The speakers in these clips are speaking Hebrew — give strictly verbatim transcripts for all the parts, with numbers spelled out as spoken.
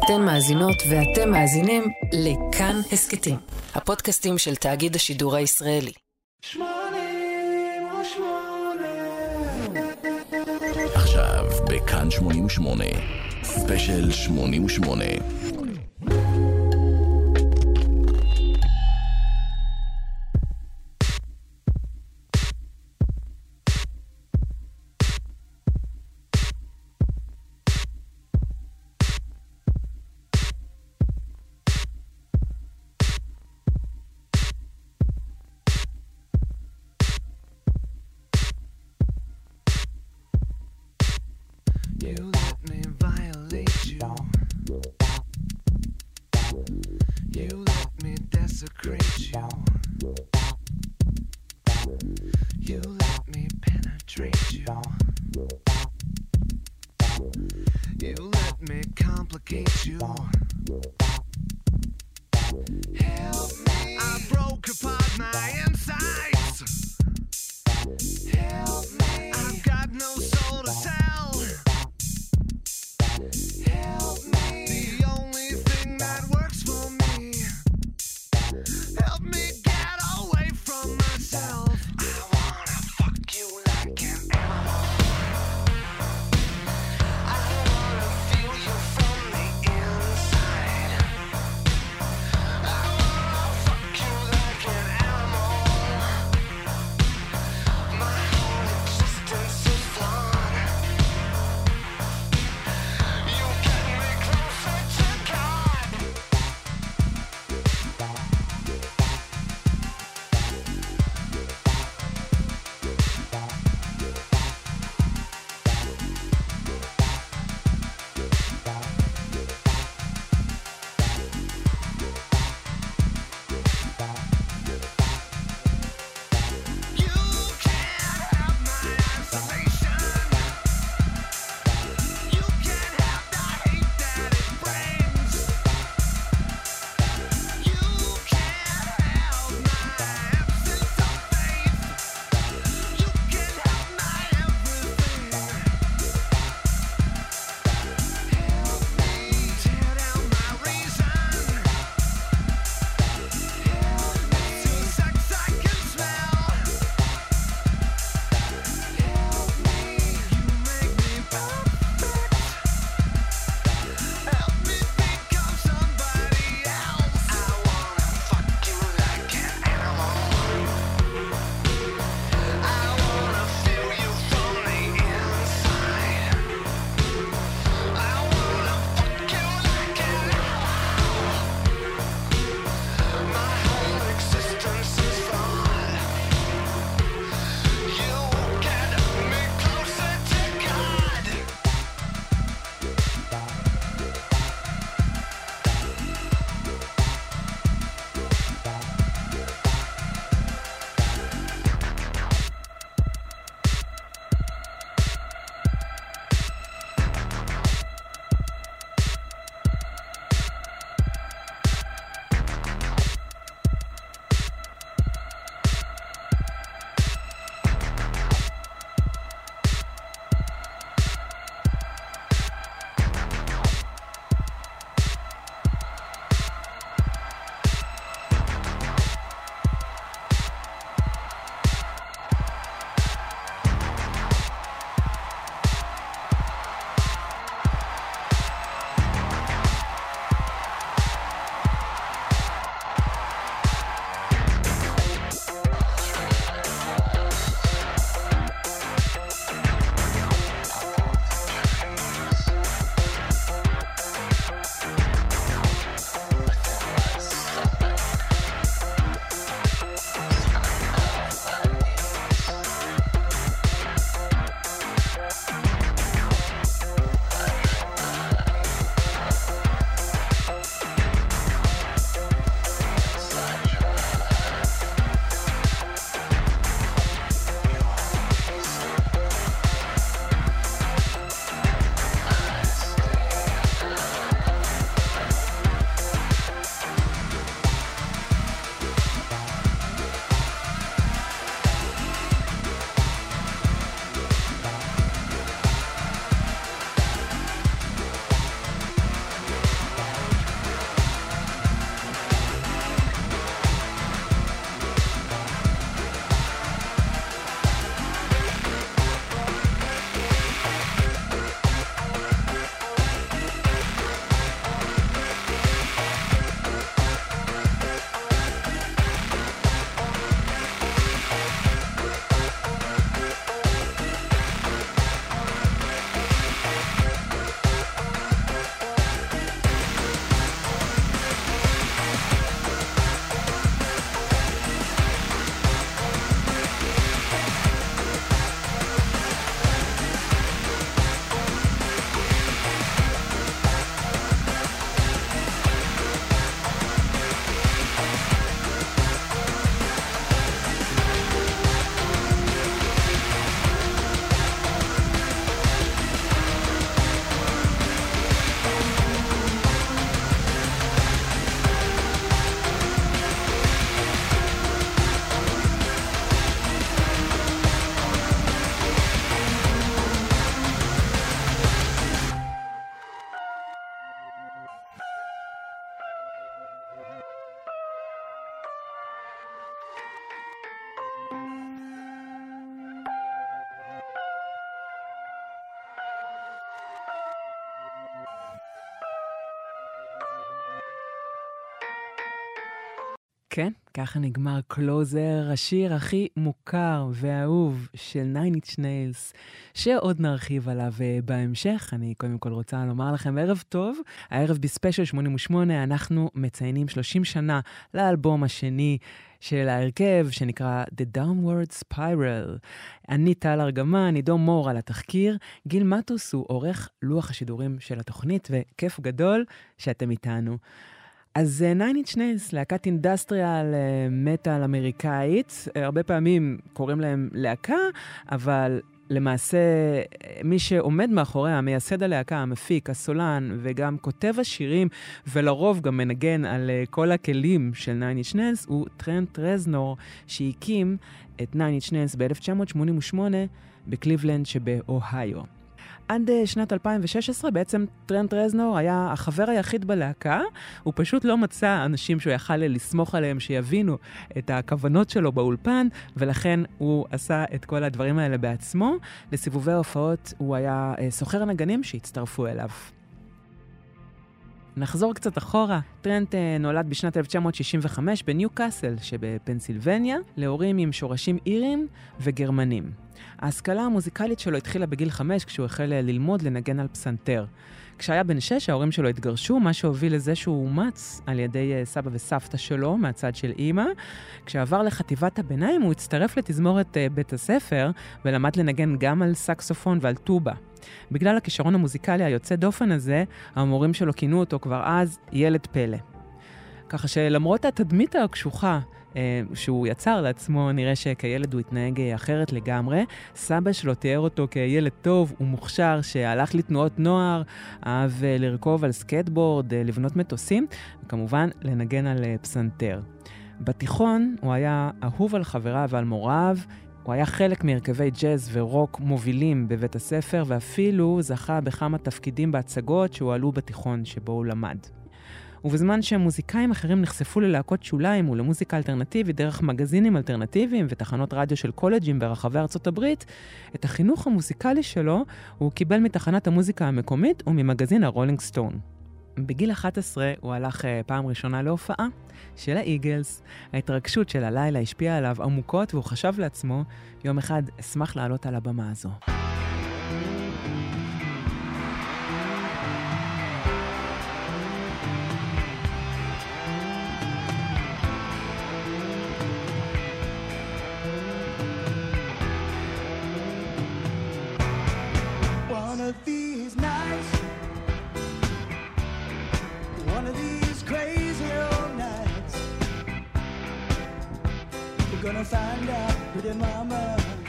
אתן מאזינות ואתם מאזינים לכאן הסקטים, הפודקאסטים של תאגיד השידור הישראלי. עכשיו בכאן שמונים ושמונה, ספיישל שמונים ושמונה. כן, ככה נגמר קלוזר, השיר הכי מוכר ואהוב של Nine Inch Nails, שעוד נרחיב עליו בהמשך. אני קודם כל רוצה לומר לכם ערב טוב. הערב בספיישל שמונים ושמונה אנחנו מציינים שלושים שנה לאלבום השני של ההרכב, שנקרא The Downward Spiral. אני טל ארגמן, עידו מור על התחקיר, גיל מטוס הוא עורך לוח השידורים של התוכנית, וכיף גדול שאתם איתנו. אז Nine Inch Nails, להקת אינדסטריאל מטל אמריקאית, הרבה פעמים קוראים להם להקה, אבל למעשה מי שעומד מאחוריה, מייסד הלהקה, המפיק, הסולן וגם כותב השירים, ולרוב גם מנגן על כל הכלים של Nine Inch Nails, הוא טרנט רזנור, שהקים את Nine Inch Nails ב-אלף תשע מאות שמונים ושמונה בקליבלנד שבאוהיו. עד שנת אלפיים ושש עשרה בעצם טרנט רזנור היה החבר היחיד בלהקה, הוא פשוט לא מצא אנשים שהוא יכל לסמוך עליהם שיבינו את הכוונות שלו באולפן, ולכן הוא עשה את כל הדברים האלה בעצמו. לסיבובי ההופעות הוא היה סוחר נגנים שהצטרפו אליו. נחזור קצת אחורה. טרנט נולד בשנת אלף תשע מאות שישים וחמש בניו קאסל שבפנסילבניה, להורים עם שורשים אירים וגרמנים. ההשכלה המוזיקלית שלו התחילה בגיל חמש כשהוא החל ללמוד לנגן על פסנתר. כשהיה בן שש ההורים שלו התגרשו, מה שהוביל לזה שהוא אומץ על ידי סבא וסבתא שלו מהצד של אמא. כשעבר לחטיבת הביניים הוא הצטרף לתזמורת בית הספר ולמד לנגן גם על סקסופון ועל טובה. בגלל הכישרון המוזיקלי היוצא דופן הזה, המורים שלו כינו אותו כבר אז ילד פלא. ככה שלמרות התדמית הקשוחה שהוא יצר לעצמו, נראה שכילד הוא התנהג אחרת לגמרי. סבא שלו תיאר אותו כילד טוב ומוכשר שהלך לתנועות נוער, אהב לרכוב על סקייטבורד, לבנות מטוסים, וכמובן לנגן על פסנתר. בתיכון הוא היה אהוב על חבריו ועל מוריו, הוא היה חלק מהרכבי ג'אז ורוק מובילים בבית הספר, ואפילו זכה בכמה תפקידים בהצגות שהועלו בתיכון שבו הוא למד. ובזמן שמוזיקאים אחרים נחשפו ללהקות שוליים ולמוזיקה אלטרנטיבית דרך מגזינים אלטרנטיביים ותחנות רדיו של קולג'ים ברחבי ארצות הברית, את החינוך המוזיקלי שלו הוא קיבל מתחנת המוזיקה המקומית וממגזין הרולינג סטון. בגיל אחת עשרה הוא הלך פעם ראשונה להופעה של האיגלס. ההתרגשות של הלילה השפיעה עליו עמוקות, והוא חשב לעצמו, יום אחד אשמח לעלות על הבמה הזו. Gonna find out, pretty mama,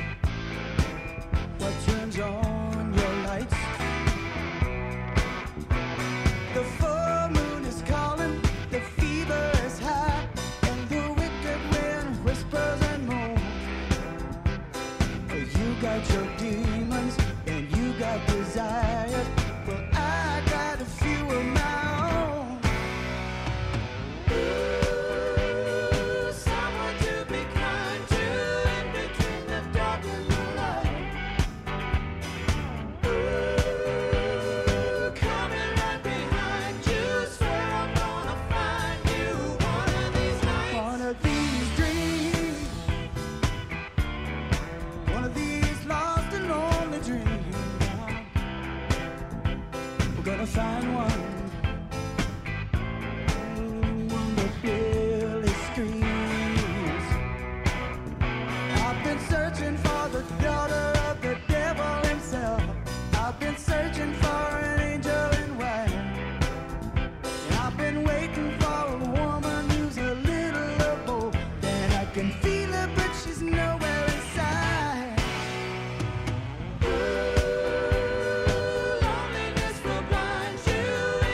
what turns on your lights. The full moon is calling, the fever is high, and the wicked wind whispers and moans. You got your demons and you got desires, but I got a few of my own. Find one, one that really screams. I've been searching for the daughter of the devil himself. I've been searching for an angel in white. I've been waiting for a woman who's a little of both. Then I can feel her, but she's nowhere inside. Ooh, loneliness will blind you.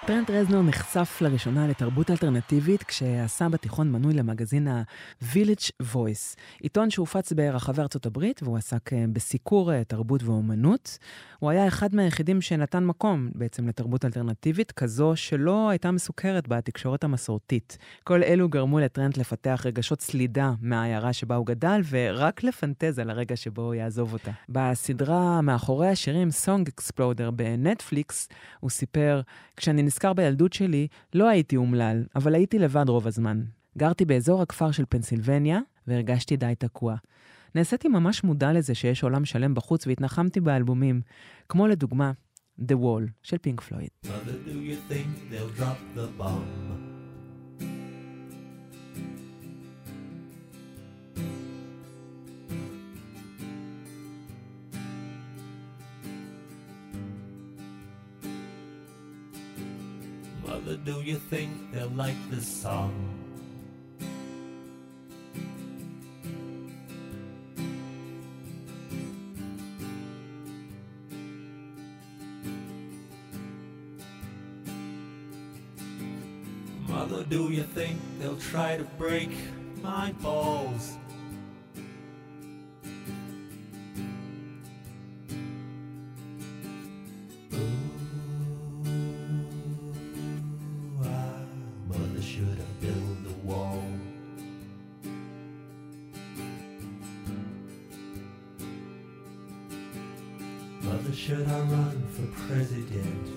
טרנט רזנור נחשף לראשונה לתרבות אלטרנטיבית כשעשה בתיכון מנוי למגזין ה-Village Voice, עיתון שהופץ ברחבי ארצות הברית, והוא עסק בסיקור תרבות ואומנות. הוא היה אחד מהיחידים שנתן מקום בעצם לתרבות אלטרנטיבית, כזו שלא הייתה מסוכרת בתקשורת המסורתית. כל אלו גרמו לטרנט לפתח רגשות סלידה מהעיירה שבה הוא גדל, ורק לפנטז על הרגע שבו הוא יעזוב אותה. בסדרה מאחורי השירים Song Exploder בנטפליקס, הוא סיפר, כשאני נזכר בילדות שלי, לא הייתי אומלל, אבל הייתי לבד רוב הזמן. גרתי באזור הכפר של פנסילבניה, והרגשתי די תקוע. נעשיתי ממש מודע לזה שיש עולם שלם בחוץ, והתנחמתי באלבומים, כמו לדוגמה, The Wall של פינק פלויד. Mother, do you think they'll drop the bomb? Mother, do you think they'll like this song? Mother, do you think they'll try to break my balls? Should I run for president?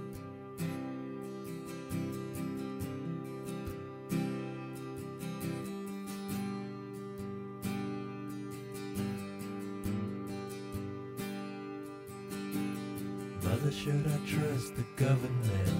Mother, should I trust the government?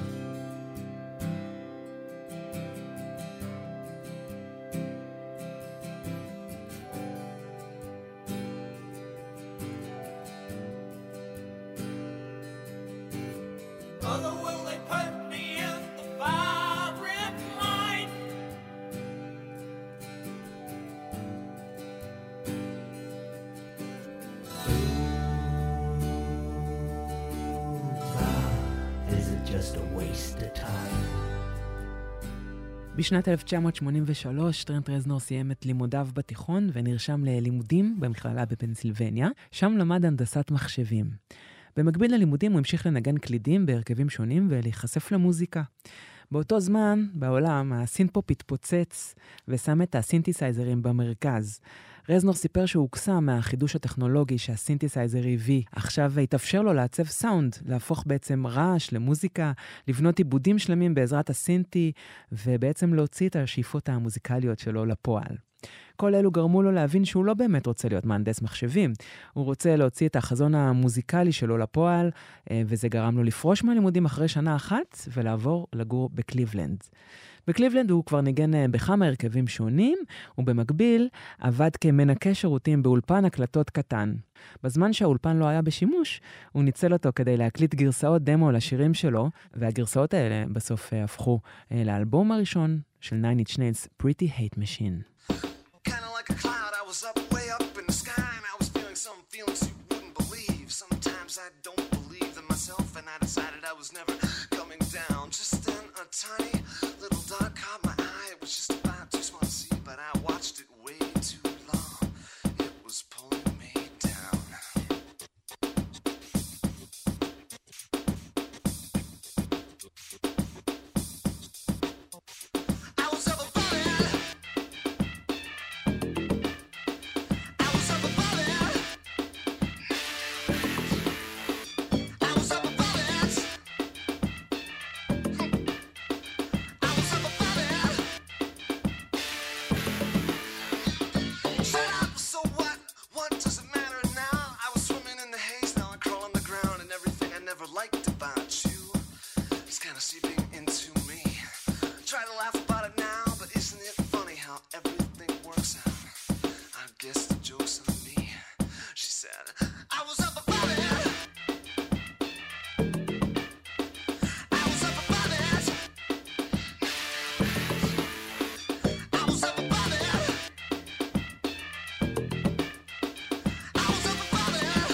בשנת אלף תשע מאות שמונים ושלוש טרנט רזנור סיים את לימודיו בתיכון ונרשם ללימודים במכללה בפנסילבניה, שם למד הנדסת מחשבים. במקביל ללימודים הוא המשיך לנגן קלידים בהרכבים שונים ולהיחשף למוזיקה. באותו זמן, בעולם, הסינפופ התפוצץ ושם את הסינתסייזרים במרכז. רזנור סיפר שהוא הוקסם מהחידוש הטכנולוגי שהסינתסייזר הביא. עכשיו התאפשר לו לעצב סאונד, להפוך בעצם רעש למוזיקה, לבנות עיבודים שלמים בעזרת הסינתי, ובעצם להוציא את השאיפות המוזיקליות שלו לפועל. כל אלו גרמו לו להבין שהוא לא באמת רוצה להיות מהנדס מחשבים. הוא רוצה להוציא את החזון המוזיקלי שלו לפועל, וזה גרם לו לפרוש מהלימודים אחרי שנה אחת, ולעבור לגור בקליבלנד. בקליבלנד הוא כבר ניגן בכמה הרכבים שונים, ובמקביל עבד כמנקה שירותים באולפן הקלטות קטן. בזמן שהאולפן לא היה בשימוש, הוא ניצל אותו כדי להקליט גרסאות דמו לשירים שלו, והגרסאות האלה בסוף הפכו לאלבום הראשון של Nine Inch Nails, Pretty Hate Machine. Kinda like a cloud, I was up way up in the sky, and I was feeling some feelings you wouldn't believe. Sometimes I don't believe them myself, and I decided I was never coming down. Just then a tiny little dot caught my eye. It was just about too small to see, but I watched it way too long. It was pulling me down. I was up above it. I was up above it. I was up above it. I was up above it. Shut up, so what? What does it matter now? I was swimming in the haze, now I crawl on the ground, and everything I never liked about you is kind of seeping into me. Try to laugh about it now, but isn't it funny how everything works out? I guess the joke's on me. She said, I was up above it. I was up above it. I was up above it. I was up above it.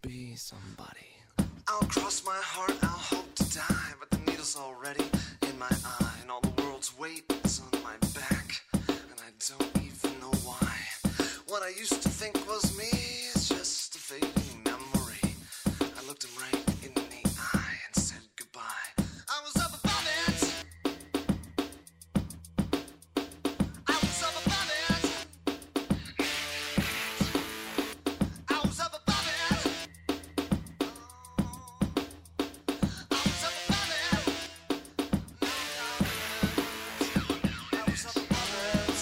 be somebody. I'll cross my heart, I'll hope to die, but the needle's already in my eye, and all the world's weight is on my back, and I don't even know why. What I used to think was me is just a fading memory. I looked him right in the eye and said goodbye. I was up above it. I was up above it. I was up above it. I was up above it. I was up above it.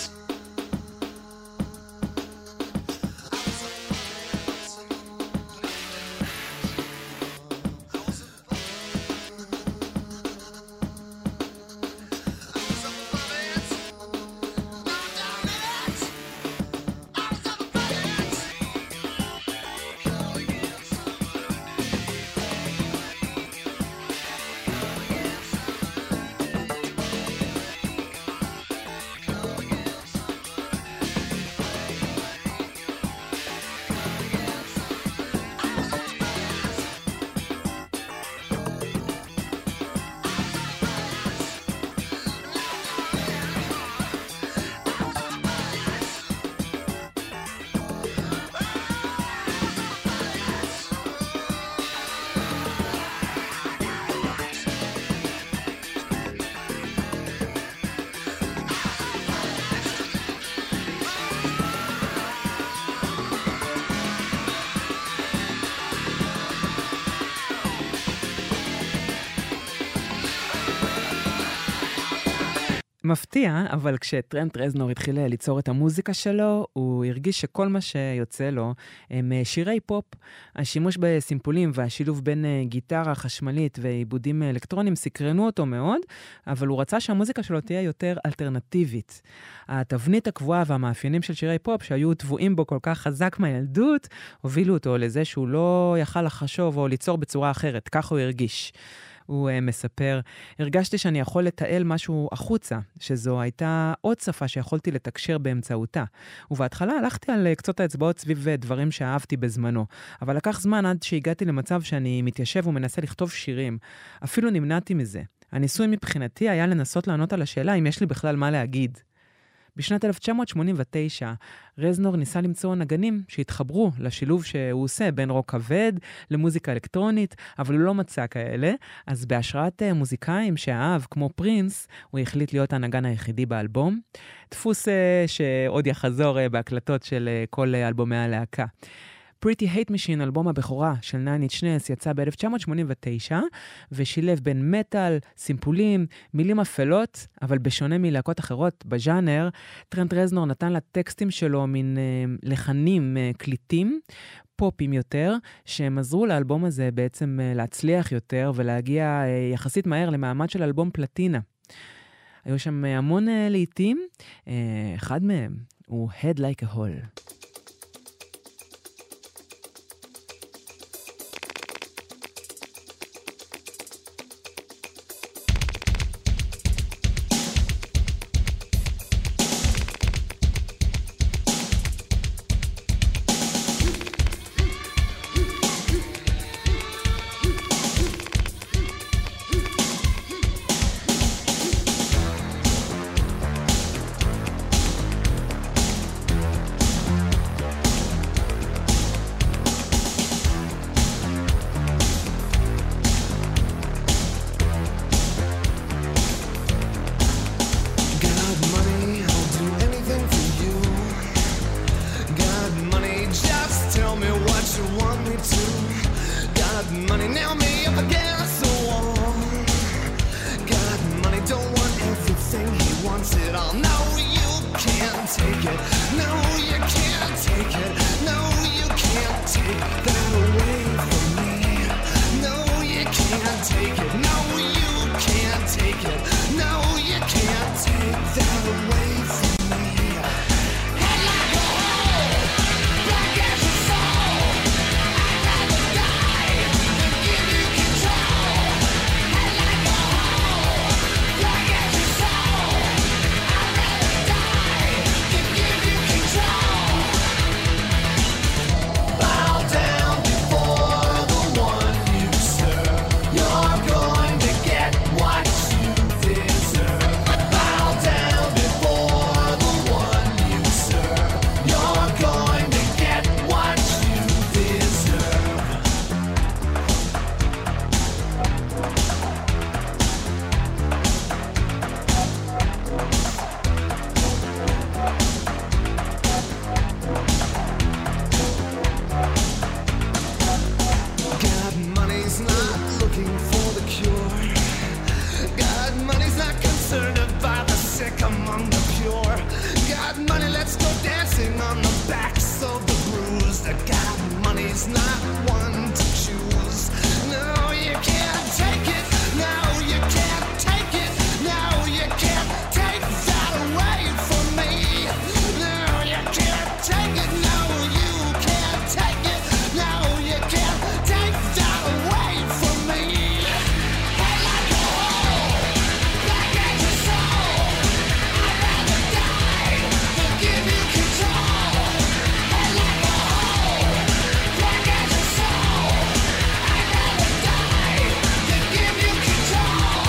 מפתיע, אבל כשטרנט רזנור התחיל ליצור את המוזיקה שלו, הוא הרגיש שכל מה שיוצא לו הם שירי פופ. השימוש בסימפולים והשילוב בין גיטרה חשמלית ועיבודים אלקטרונים סקרנו אותו מאוד, אבל הוא רצה שהמוזיקה שלו תהיה יותר אלטרנטיבית. התבנית הקבועה והמאפיינים של שירי פופ שהיו טבועים בו כל כך חזק מהילדות, הובילו אותו לזה שהוא לא יכל לחשוב או ליצור בצורה אחרת, כך הוא הרגיש. הוא uh, מספר, הרגשתי שאני יכול לתעל משהו החוצה, שזו הייתה עוד שפה שיכולתי לתקשר באמצעותה. ובהתחלה הלכתי על uh, קצות האצבעות סביב uh, דברים שאהבתי בזמנו, אבל לקח זמן עד שהגעתי למצב שאני מתיישב ומנסה לכתוב שירים. אפילו נמנעתי מזה. הניסוי מבחינתי היה לנסות לענות על השאלה אם יש לי בכלל מה להגיד. בשנת אלף תשע מאות שמונים ותשע, רזנור ניסה למצוא נגנים שהתחברו לשילוב שהוא עושה בין רוק כבד למוזיקה אלקטרונית, אבל הוא לא מצא כאלה, אז בהשראת מוזיקאים שאהב, כמו פרינס, הוא החליט להיות הנגן היחידי באלבום. דפוס שעוד יחזור בהקלטות של כל אלבומי הלהקה. Pretty Hate Machine, אלבום הבכורה של Nine Inch Nails, יצא ב-אלף תשע מאות שמונים ותשע, ושילב בין מטל, סימפולים, מילים אפלות, אבל בשונה מלהקות אחרות בז'אנר, טרנט רזנור נתן לטקסטים שלו מין אה, לחנים אה, קליטים, פופים יותר, שהם עזרו לאלבום הזה בעצם אה, להצליח יותר, ולהגיע אה, יחסית מהר למעמד של אלבום פלטינה. היו שם אה, המון אה, לעיתים, אה, אחד מהם הוא Head Like a Hole. Bow down. is not one to choose. No, you can't take it. No, you can't take it. No, you can't take that away from me. No, you can't take it. No, you can't take it. No, you can't take that away from me. Hey, like a hole, back at your soul. I'd rather die than give you control. Hey, like a hole, back at your soul. I'd rather die than give you control.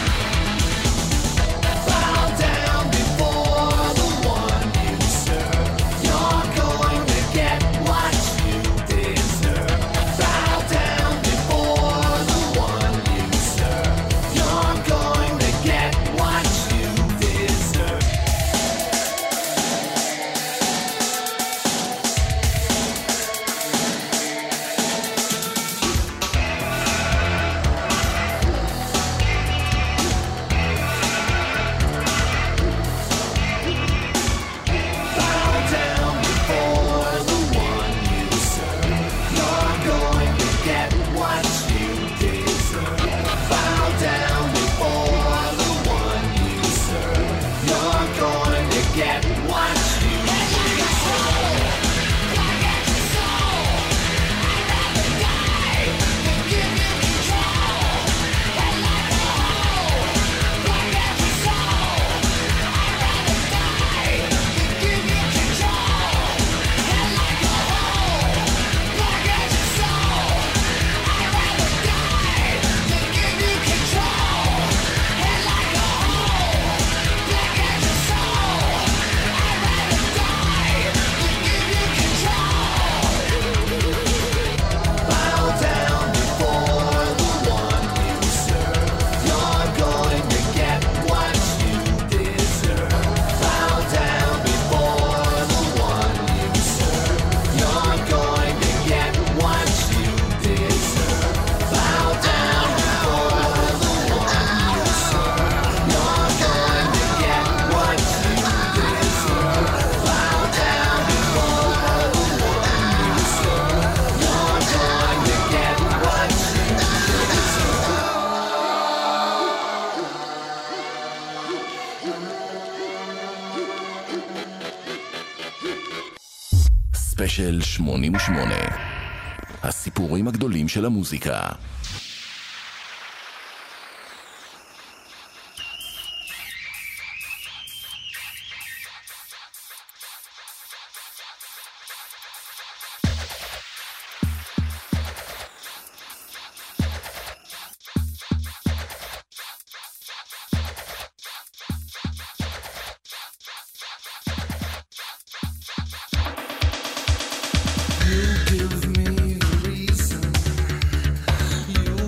Bow down before the one you serve. You're going to get what you deserve. Bow down before the one you serve. You're going to get what you deserve. Bow down before the one you serve. You're going to get what you deserve. Bow down before the one you serve. You're going to get what you deserve. Back at your soul. I'd rather die than give you control. Head like a hole. Back at your soul. I'd rather die than give you control. Head like a hole. Back at your soul. I'd rather die than give you control. Head like a hole. Back at your soul. I'd rather die than give you control. Bow down before the one you serve. You're going to get what you deserve. Bow down before the one you serve. You're going to get what you deserve. Bow down before the one you serve. You're going to get what you deserve. Bow down before the one you serve. You're going to get what you ספיישל שמונים ושמונה, הסיפורים הגדולים של המוזיקה. give me the reason. You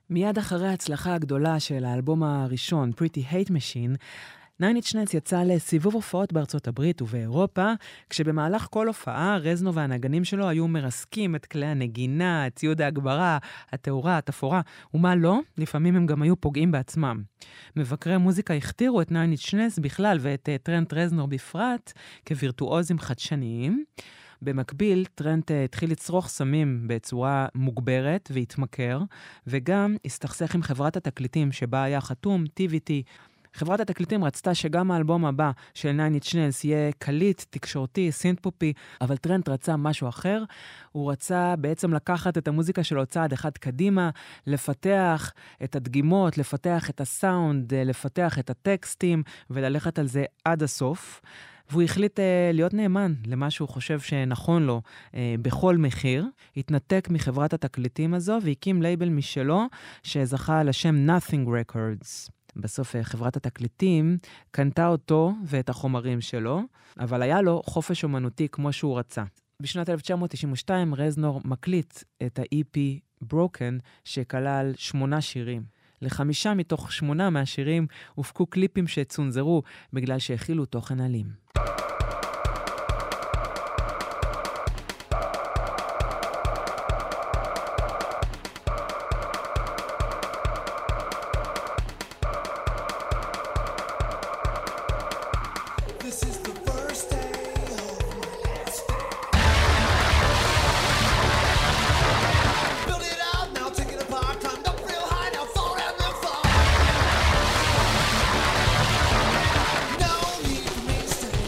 מיד אחרי ההצלחה הגדולה של האלבום הראשון, Pretty Hate Machine, Nine Inch Nails יצא לסיבוב הופעות בארצות הברית ובאירופה, כשבמהלך כל הופעה רזנור והנגנים שלו היו מרסקים את כלי הנגינה, ציוד ההגברה, התאורה, התפאורה, ומה לא, לפעמים הם גם היו פוגעים בעצמם. מבקרי מוזיקה הכתירו את Nine Inch Nails בכלל ואת טרנט רזנור בפרט כווירטואוזים חדשניים. במקביל, טרנט התחיל לצרוך סמים בצורה מוגברת והתמכר, וגם הסתכסך עם חברת התקליטים שבה היה חתום, טי וי טי. חברת התקליטים רצתה שגם האלבום הבא של Nine Inch Nails יהיה קליט, תקשורתי, סינט-פופי, אבל טרנט רצה משהו אחר. הוא רצה בעצם לקחת את המוזיקה שלו צעד אחד קדימה, לפתח את הדגימות, לפתח את הסאונד, לפתח את הטקסטים, וללכת על זה עד הסוף. והוא החליט אה, להיות נאמן למה שהוא חושב שנכון לו אה, בכל מחיר. התנתק מחברת התקליטים הזו והקים לייבל משלו שזכה לשם Nothing Records. בסוף חברת התקליטים קנתה אותו ואת החומרים שלו, אבל היה לו חופש אומנותי כמו שהוא רצה. בשנת אלף תשע מאות תשעים ושתיים רזנור מקליט את ה-אי פי Broken שכלל שמונה שירים. לחמישה מתוך שמונה מהשירים הופקו קליפים שצונזרו בגלל שהכילו תוכן אלים. No need for me to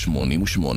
שמונים ושמונה.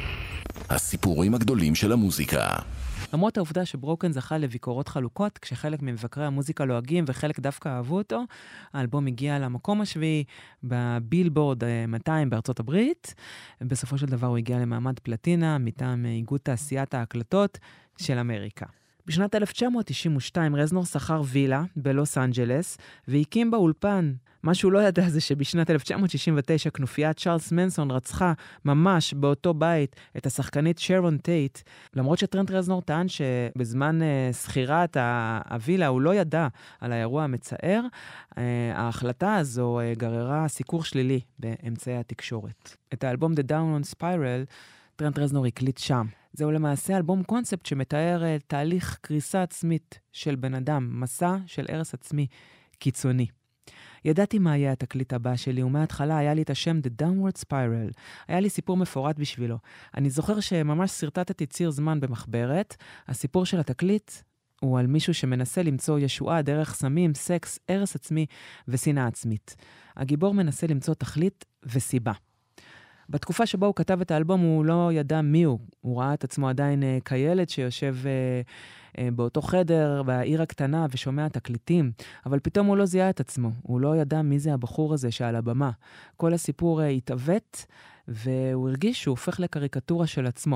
הסיפורים הגדולים של המוזיקה. למרות העובדה שברוקן זכה לביקורות חלוקות, כשחלק ממבקרי המוזיקה לועגים וחלק דווקא אהבו אותו, האלבום הגיע למקום השביעי בבילבורד מאתיים בארצות הברית. בסופו של דבר הוא הגיע למעמד פלטינה מטעם איגוד תעשיית ההקלטות של אמריקה. בשנת אלף תשע מאות תשעים ושתיים רזנור שכר וילה בלוס אנג'לס והקים בה אולפן. מה שהוא לא ידע זה שבשנת אלף תשע מאות שישים ותשע כנופיית צ'ארלס מנסון רצחה ממש באותו בית את השחקנית שרון טייט, למרות שטרנט רזנור טען שבזמן uh, סחירת הווילה הוא לא ידע על האירוע המצער. uh, ההחלטה הזו uh, גררה סיקור שלילי באמצעי התקשורת. את האלבום The Down on Spiral טרנט רזנור הקליט שם. זהו למעשה אלבום קונספט שמתאר uh, תהליך קריסה עצמית של בן אדם, מסע של הרס עצמי קיצוני. ידעתי מה יהיה התקליט הבא שלי, ומההתחלה היה לי את השם The Downward Spiral. היה לי סיפור מפורט בשבילו. אני זוכר שממש סרטטתי ציר זמן במחברת. הסיפור של התקליט הוא על מישהו שמנסה למצוא ישועה דרך סמים, סקס, הרס עצמי ושנאה עצמית. הגיבור מנסה למצוא תכלית וסיבה. בתקופה שבה הוא כתב את האלבום הוא לא ידע מי הוא. הוא ראה את עצמו עדיין uh, כילד שיושב uh, uh, באותו חדר בעיר הקטנה ושומע תקליטים, אבל פתאום הוא לא זיהה את עצמו. הוא לא ידע מי זה הבחור הזה שעל הבמה. כל הסיפור uh, התעוות והוא הרגיש שהוא הופך לקריקטורה של עצמו.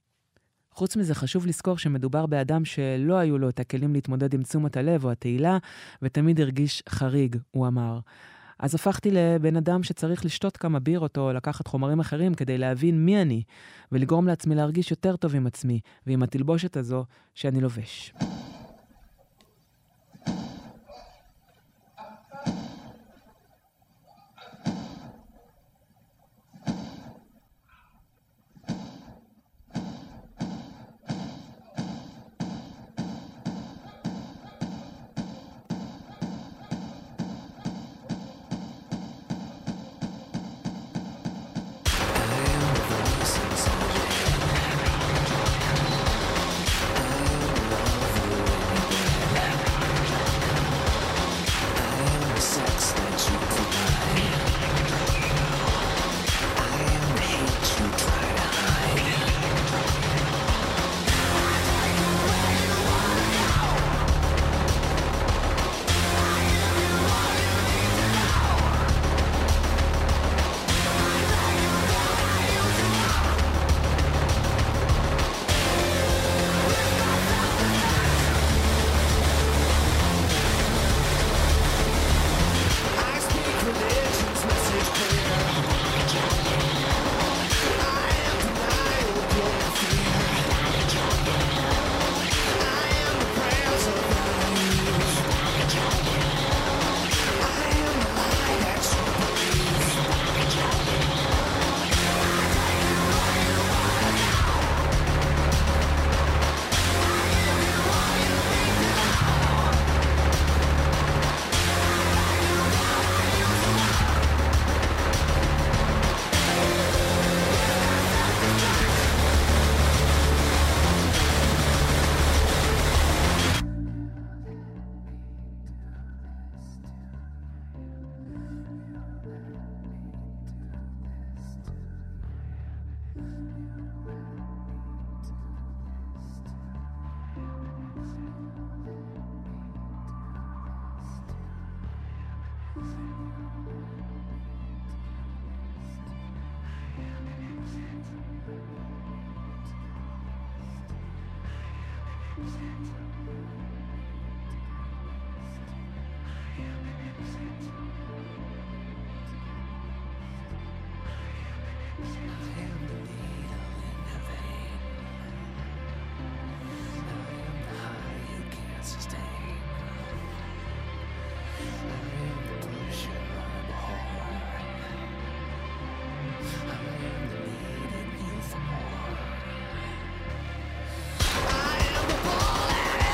חוץ מזה חשוב לזכור שמדובר באדם שלא היו לו את הכלים להתמודד עם תשומת הלב או התהילה, ותמיד הרגיש חריג, הוא אמר. אז הפכתי לבן אדם שצריך לשתות כמה בירות או לקחת חומרים אחרים כדי להבין מי אני, ולגרום לעצמי להרגיש יותר טוב עם עצמי ועם התלבושת הזו שאני לובש. I am the ball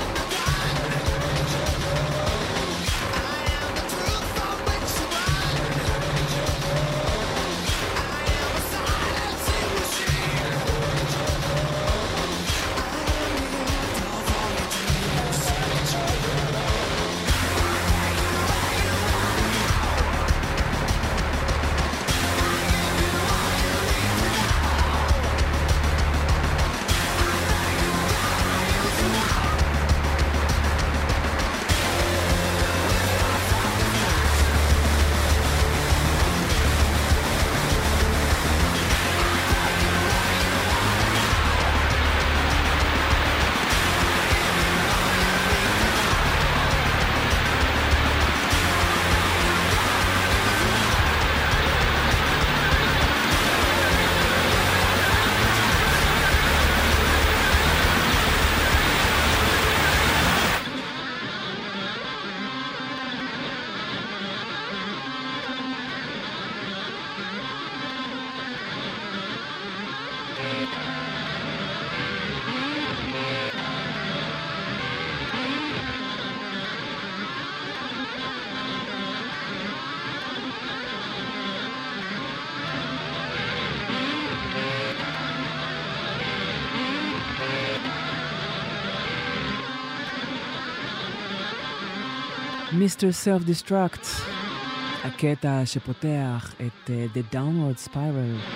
מיסטר Self-Destruct, הקטע שפותח את uh, The Downward Spiral.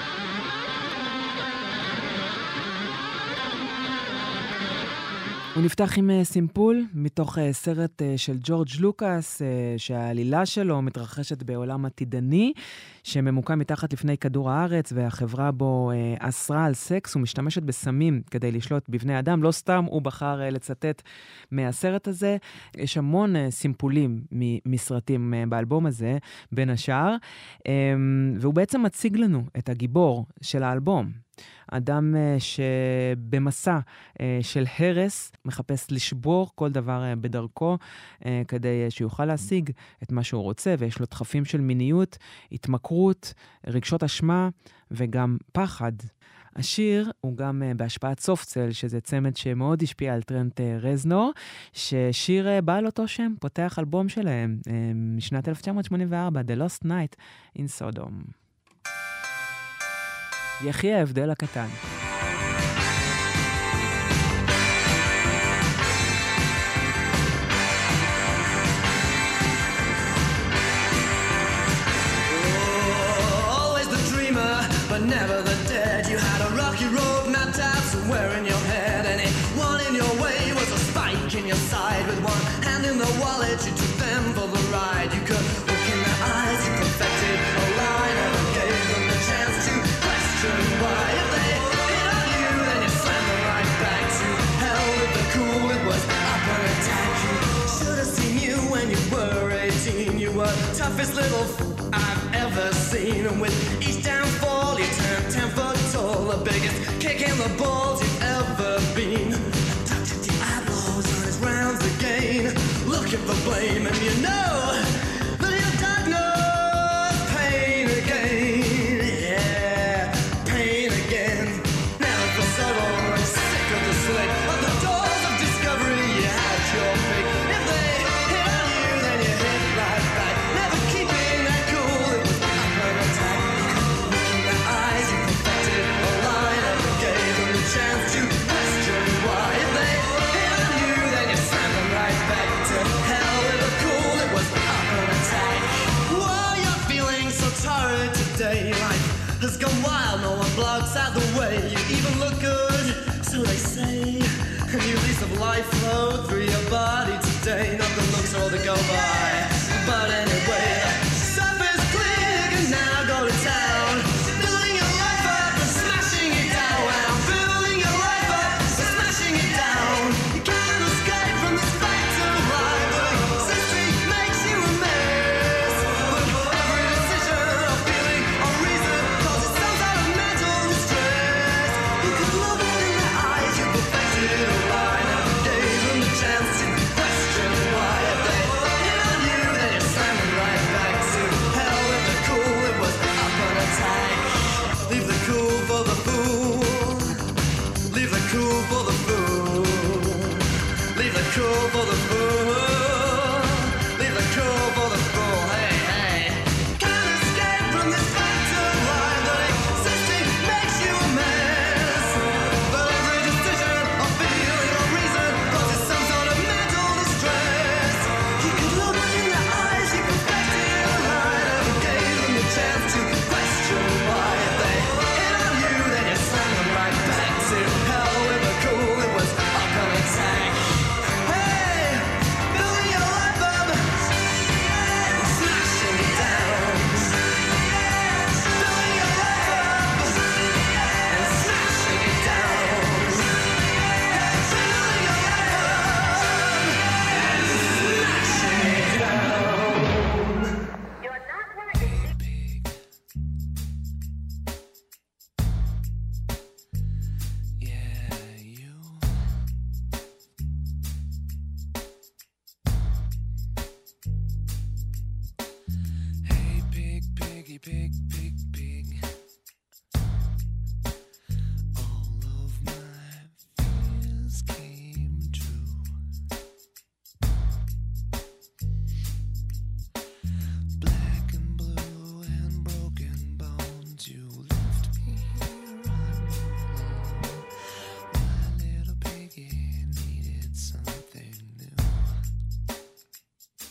הוא נפתח עם uh, סימפול מתוך uh, סרט uh, של ג'ורג' לוקאס, uh, שהעלילה שלו מתרחשת בעולם עתידני, שממוקם מתחת לפני כדור הארץ, והחברה בו uh, אסרה על סקס ומשתמשת בסמים כדי לשלוט בבני אדם. לא סתם הוא בחר uh, לצטט מהסרט הזה. יש המון uh, סימפולים מסרטים uh, באלבום הזה, בין השאר, um, והוא בעצם מציג לנו את הגיבור של האלבום. אדם uh, שבמסע uh, של הרס מחפש לשבור כל דבר uh, בדרכו uh, כדי uh, שיוכל להשיג את מה שהוא רוצה, ויש לו דחפים של מיניות, התמכרות, רגשות אשמה וגם פחד. השיר הוא גם uh, בהשפעת סופטסל, שזה צמד שמאוד השפיע על טרנט uh, רזנור, ששיר uh, בעל אותו שם פותח אלבום שלהם uh, משנת אלף תשע מאות שמונים וארבע, The Lost Night in Sodom. יחי ההבדל הקטן. Always the dreamer, but never the dead. You had a rocky road mapped out somewhere in your head, and it one in your way was a spike in your side. With one hand in the wallet, you took them for the ride. You could look in their eyes, you perfected a line, and gave them the chance to why. If they hit on you, then you slam them right back to hell with the cool. It was up on attack. You should have seen you when you were eighteen. You were toughest little f- I've ever seen. And with each downfall, you turned ten foot tall. The biggest kick in the balls you've ever been. Doctor Diablo's on his rounds again, looking for blame, and you know that you're diagnosed pain again. Of the doors of discovery, you had your pick. If they hit on you, then you hit right back. Never keeping that cool, it was up an attack. Look in their eyes, you perfected a line, and gave them the chance to question why. If they hit on you, then you slammed them right back to hell with a cool, it was up an attack. Whoa, you're feeling so tired today. Life has gone wild, no one blocks out the way. You even look good, so they say. A new lease of life flowed through your body today. Not the looks or the go by, but anyway, stuff is clear. You can now go to town, building your life up and smashing it down. Building your life up and smashing it down. You can't escape from this fact of life. The system makes you a mess. But every decision or feeling or reason causes some sort of mental distress. You could look in their eyes, you perfected a line, and gave them the chance to question why. If they hit on you, then you slam them right back to hell with the cool. It was up an attack. Leave the cool for the fool. Leave the cool for the fool. Leave the cool for the fool. Leave the cool for the fool. Hey, hey. Can't escape from this fact of life. The existing makes you a mess. But every decision or feeling or reason causes some sort of mental distress. You could look in their eyes, you perfected a line, and gave them the chance to question why. If they hit on you, then you slam them right back to hell with the cool. It was up on attack. Hey, building your life up and smashing it down. Building your life up and smashing it down. Building your life up and smashing it down. You're not working. Yeah, you. Hey, pig, piggy, pig, pig, pig. All of my fears came true. Black and blue and broken bones, you left me here on alone. My little piggy needed something new.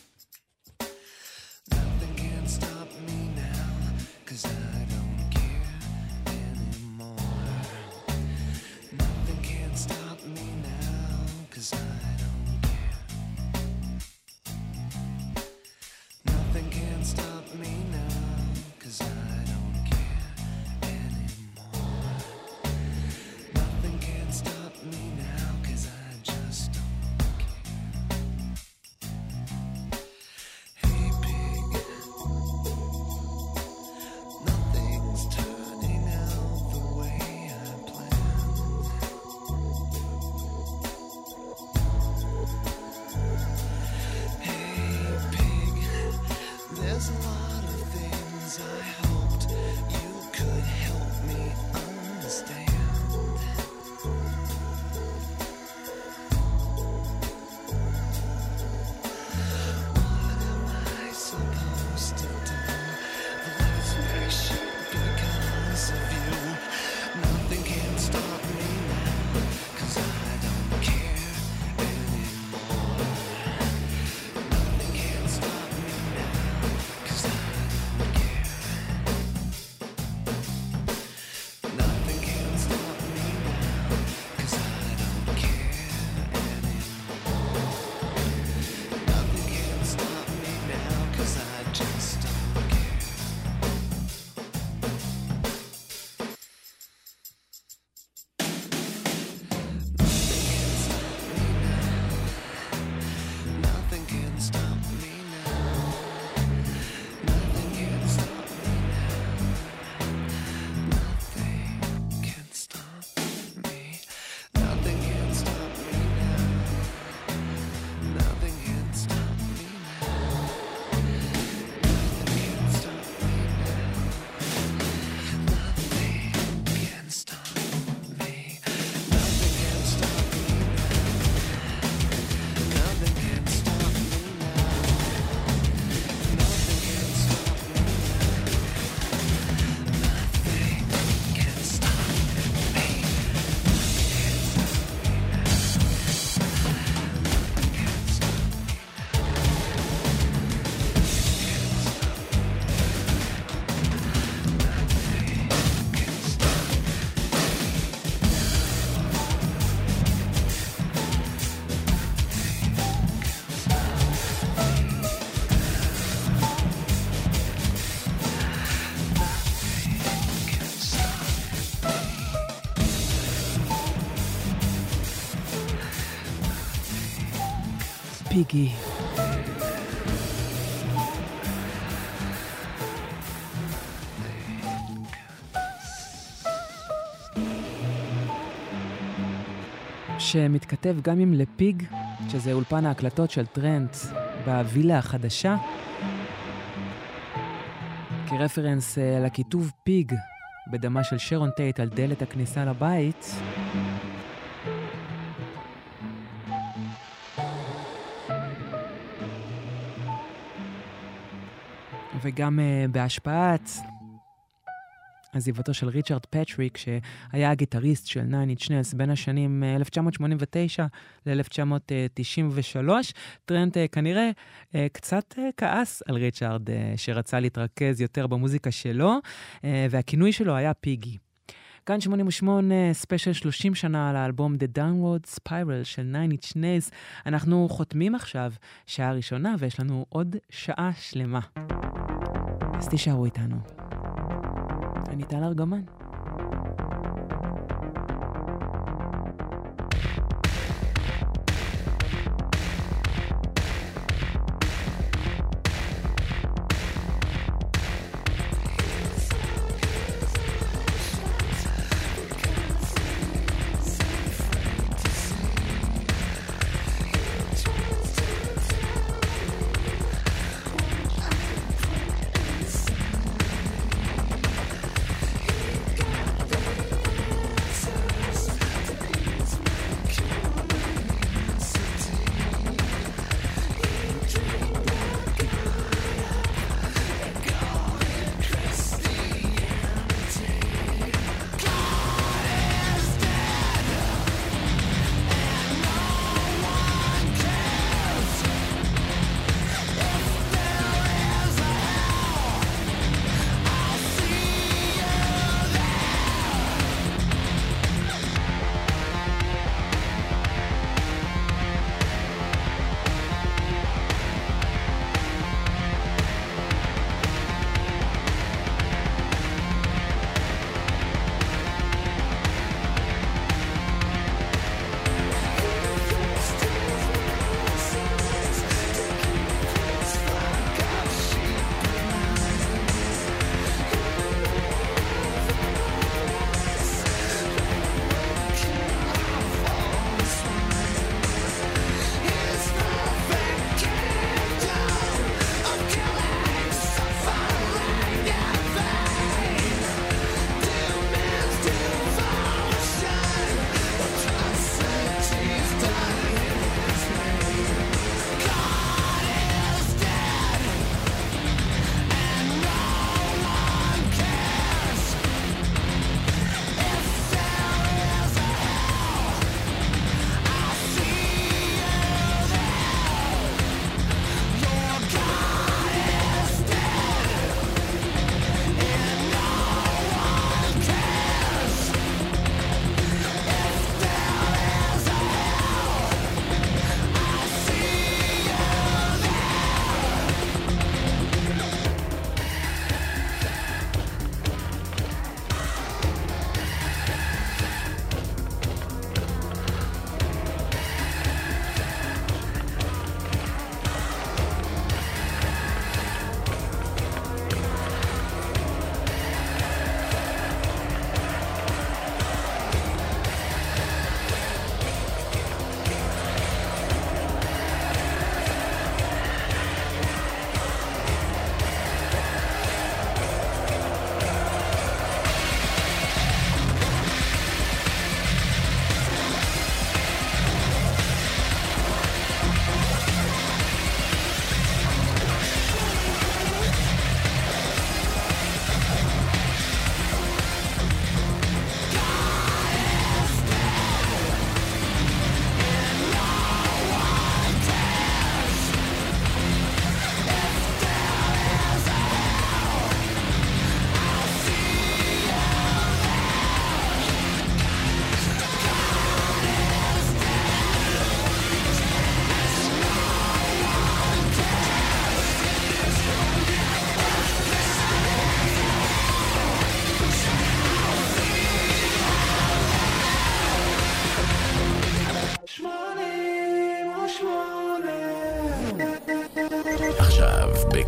פיגי. שמתכתב גם עם לפיג, שזה אולפן ההקלטות של טרנט בווילה החדשה, כרפרנס לכיתוב פיג בדמה של שרון טייט על דלת הכניסה לבית. וגם uh, בהשפעת עזיבתו של ריצ'רד פטריק, שהיה הגיטריסט של ניין אינץ' ניילס בין השנים אלף תשע מאות שמונים ותשע ל-אלף תשע מאות תשעים ושלוש. טרנט uh, כנראה uh, קצת uh, כעס על ריצ'רד, uh, שרצה להתרכז יותר במוזיקה שלו, uh, והכינוי שלו היה פיגי. כאן שמונים ושמונה, ספיישל שלושים שנה על האלבום The Downward Spiral של ניין אינץ' ניילס. אנחנו חותמים עכשיו שעה ראשונה, ויש לנו עוד שעה שלמה. אז תישארו איתנו. אני טל ארגמן.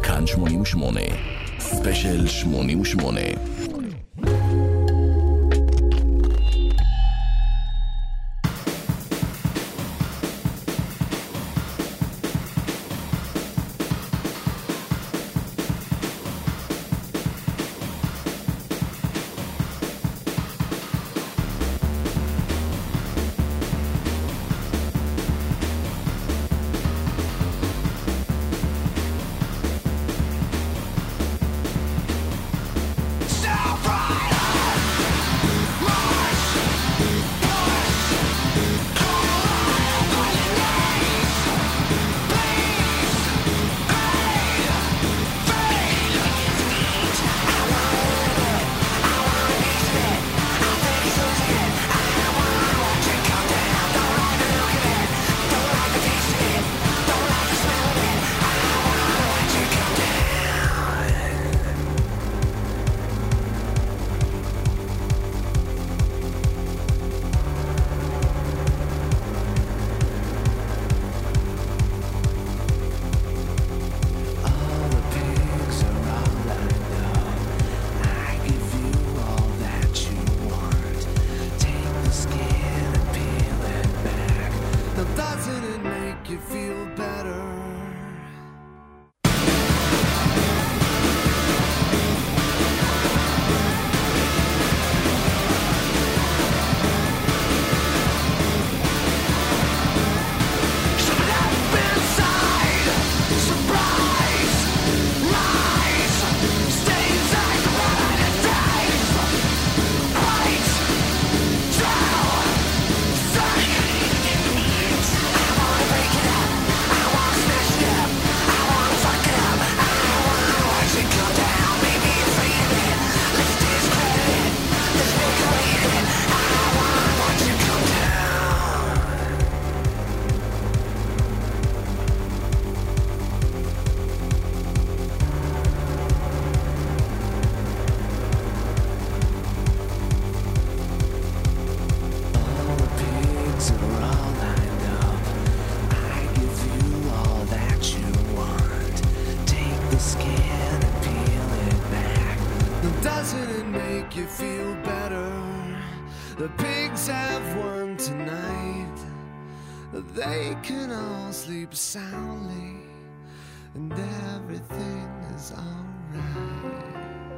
כאן שמונים ושמונה, ספיישל שמונים ושמונה. The pigs have won tonight. They can all sleep soundly, and everything is alright.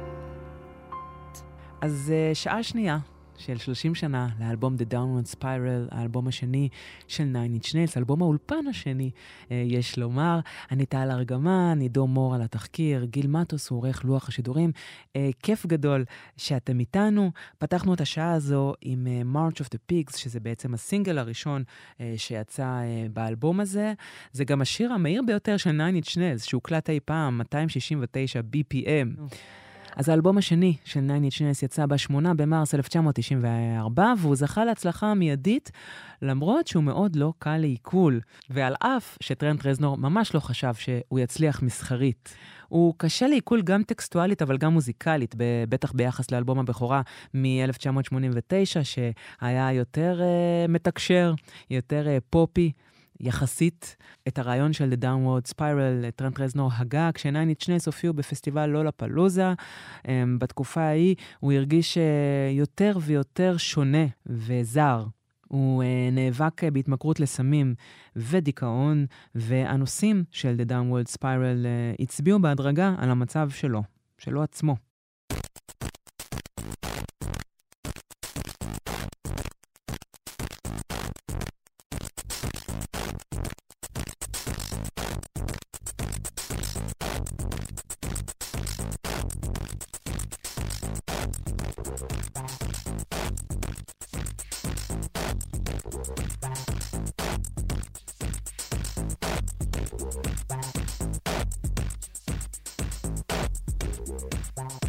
אז uh, שעה שנייה של שלושים שנה לאלבום The Downward Spiral, האלבום השני של Nine Inch Nails, אלבום האולפן השני, uh, יש לומר. אני טל ארגמן, עידו מור על התחקיר, גיל מטוס הוא עורך לוח השידורים. Uh, כיף גדול שאתם איתנו. פתחנו את השעה הזו עם uh, March of the Pigs, שזה בעצם הסינגל הראשון uh, שיצא uh, באלבום הזה. זה גם השיר המהיר ביותר של Nine Inch Nails, שהוקלט אי פעם, מאתיים שישים ותשע בי פי אם. Oh. אז האלבום השני של Nine Inch Nails יצא ב-שמונה במרס אלף תשע מאות תשעים וארבע, והוא זכה להצלחה מיידית, למרות שהוא מאוד לא קל לעיכול, ועל אף שטרנט רזנור ממש לא חשב שהוא יצליח מסחרית. הוא קשה לעיכול גם טקסטואלית, אבל גם מוזיקלית, בטח ביחס לאלבום הבכורה מ-אלף תשע מאות שמונים ותשע, שהיה יותר uh, מתקשר, יותר uh, פופי, יחסית. את הרעיון של The Downward Spiral, טרנט רזנור הגה, כשנייין אינץ' ניילס הופיעו בפסטיבל לולapalooza. בתקופה ההיא הוא הרגיש יותר ויותר שונה וזר. הוא נאבק בהתמכרות לסמים ודיכאון, והנושאים של The Downward Spiral הצביעו בהדרגה על המצב שלו, שלו עצמו. Bye.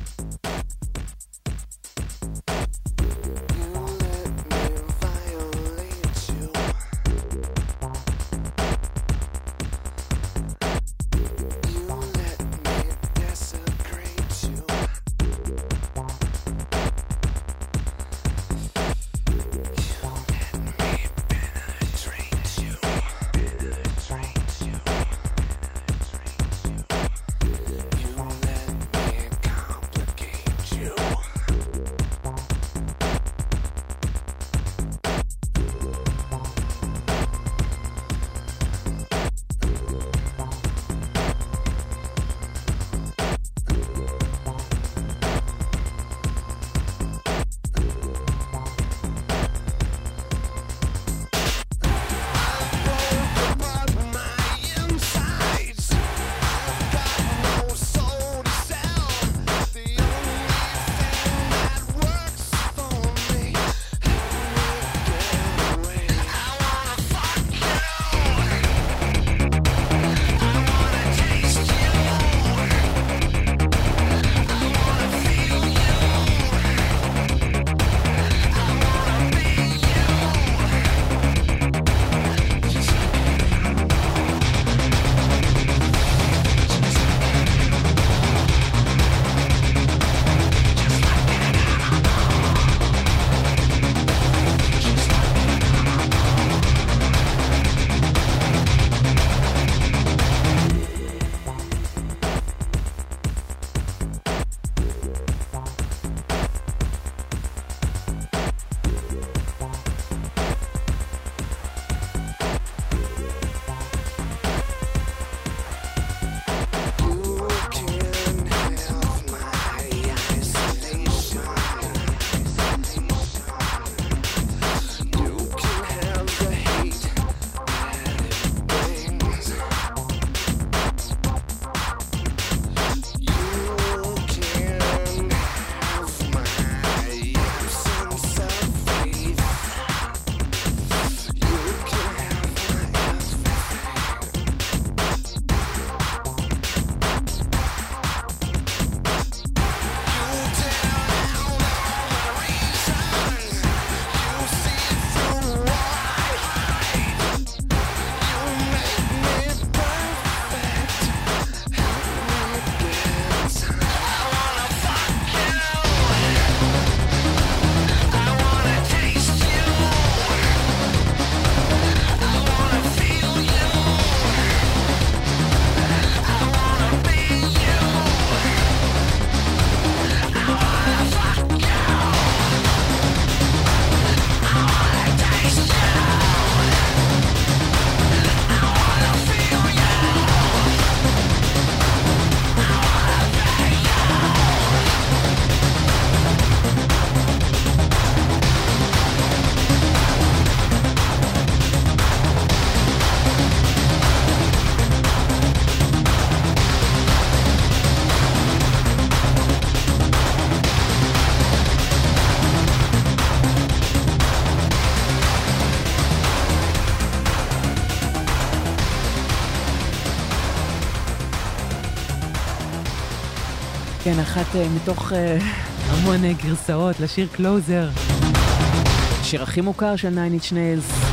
כן, אחת uh, מתוך uh, המון uh, גרסאות לשיר קלוזר. השיר הכי מוכר של Nine Inch Nails.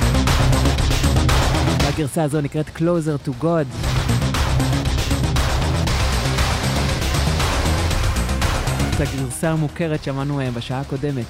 והגרסה הזו נקראת Closer to God. את הגרסה המוכרת שמענו uh, בשעה הקודמת.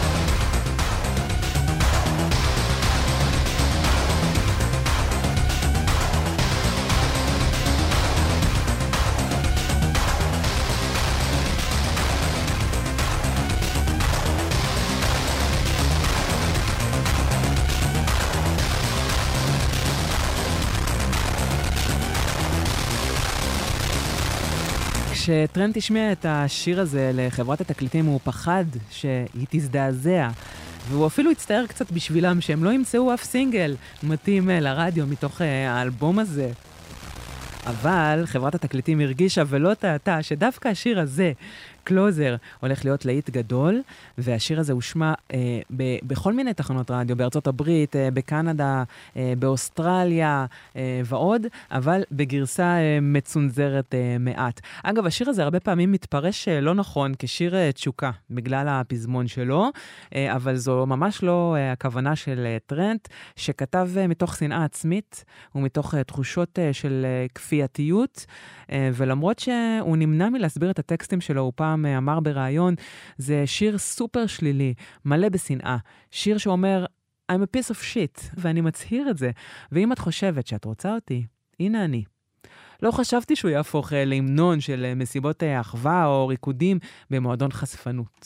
כשטרנט השמיע את השיר הזה לחברת התקליטים, הוא פחד שהיא תזדעזע, והוא אפילו הצטער קצת בשבילם שהם לא ימצאו אף סינגל מתאים לרדיו מתוך האלבום הזה. אבל חברת התקליטים הרגישה ולא טעתה שדווקא השיר הזה, קלוזר, הולך להיות להיט גדול, והשיר הזה הושמע אה, ב- בכל מיני תחנות רדיו, בארצות הברית, אה, בקנדה, אה, באוסטרליה אה, ועוד, אבל בגרסה אה, מצונזרת אה, מעט. אגב, השיר הזה הרבה פעמים מתפרש אה, לא נכון כשיר אה, תשוקה, בגלל הפזמון שלו, אה, אבל זו ממש לא אה, הכוונה של אה, טרנט, שכתב אה, מתוך שנאה עצמית, ומתוך אה, תחושות אה, של אה, כפייתיות, אה, ולמרות שהוא נמנע מלהסביר את הטקסטים שלו, הוא פעם אמר ברעיון, זה שיר סופר שלילי, מלא בשנאה. שיר שאומר, I'm a piece of shit, ואני מצהיר את זה. ואם את חושבת שאת רוצה אותי, הנה אני. לא חשבתי שהוא יהפוך להמנון של מסיבות אחווה או ריקודים במועדון חשפנות.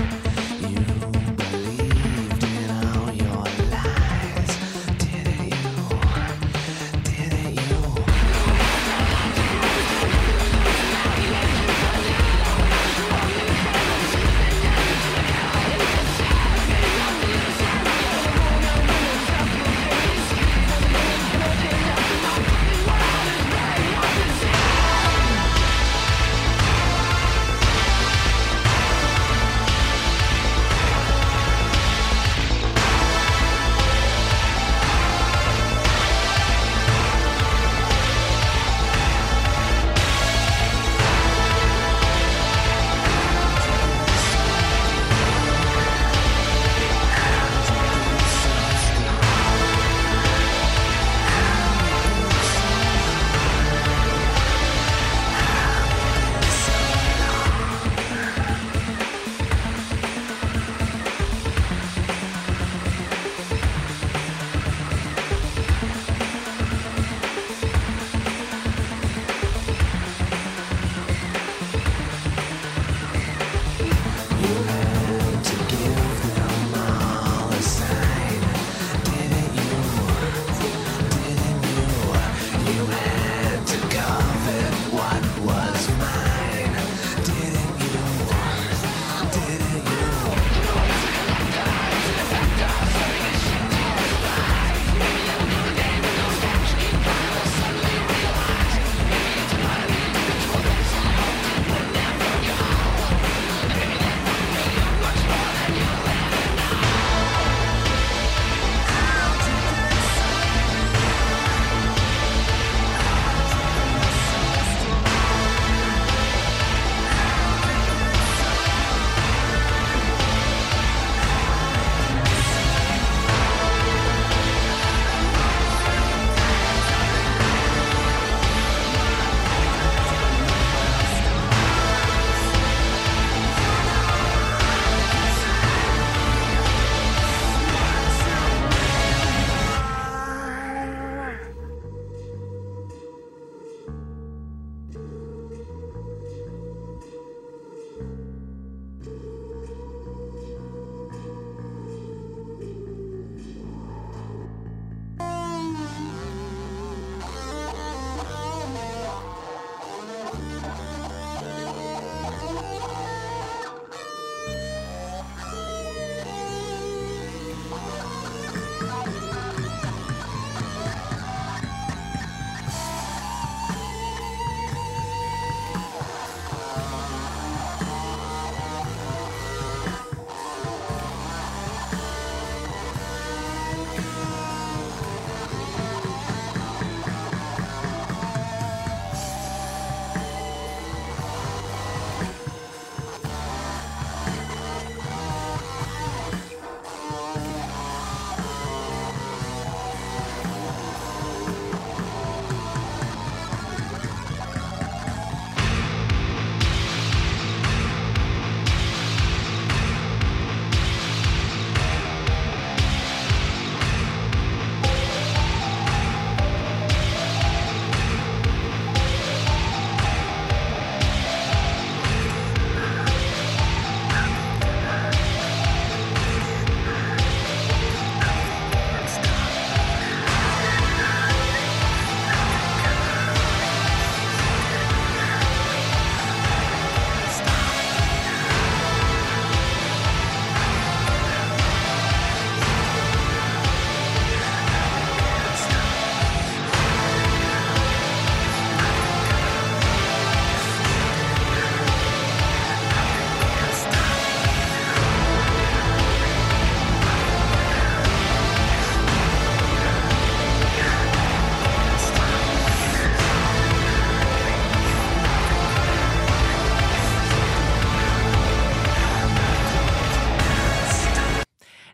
Did it you?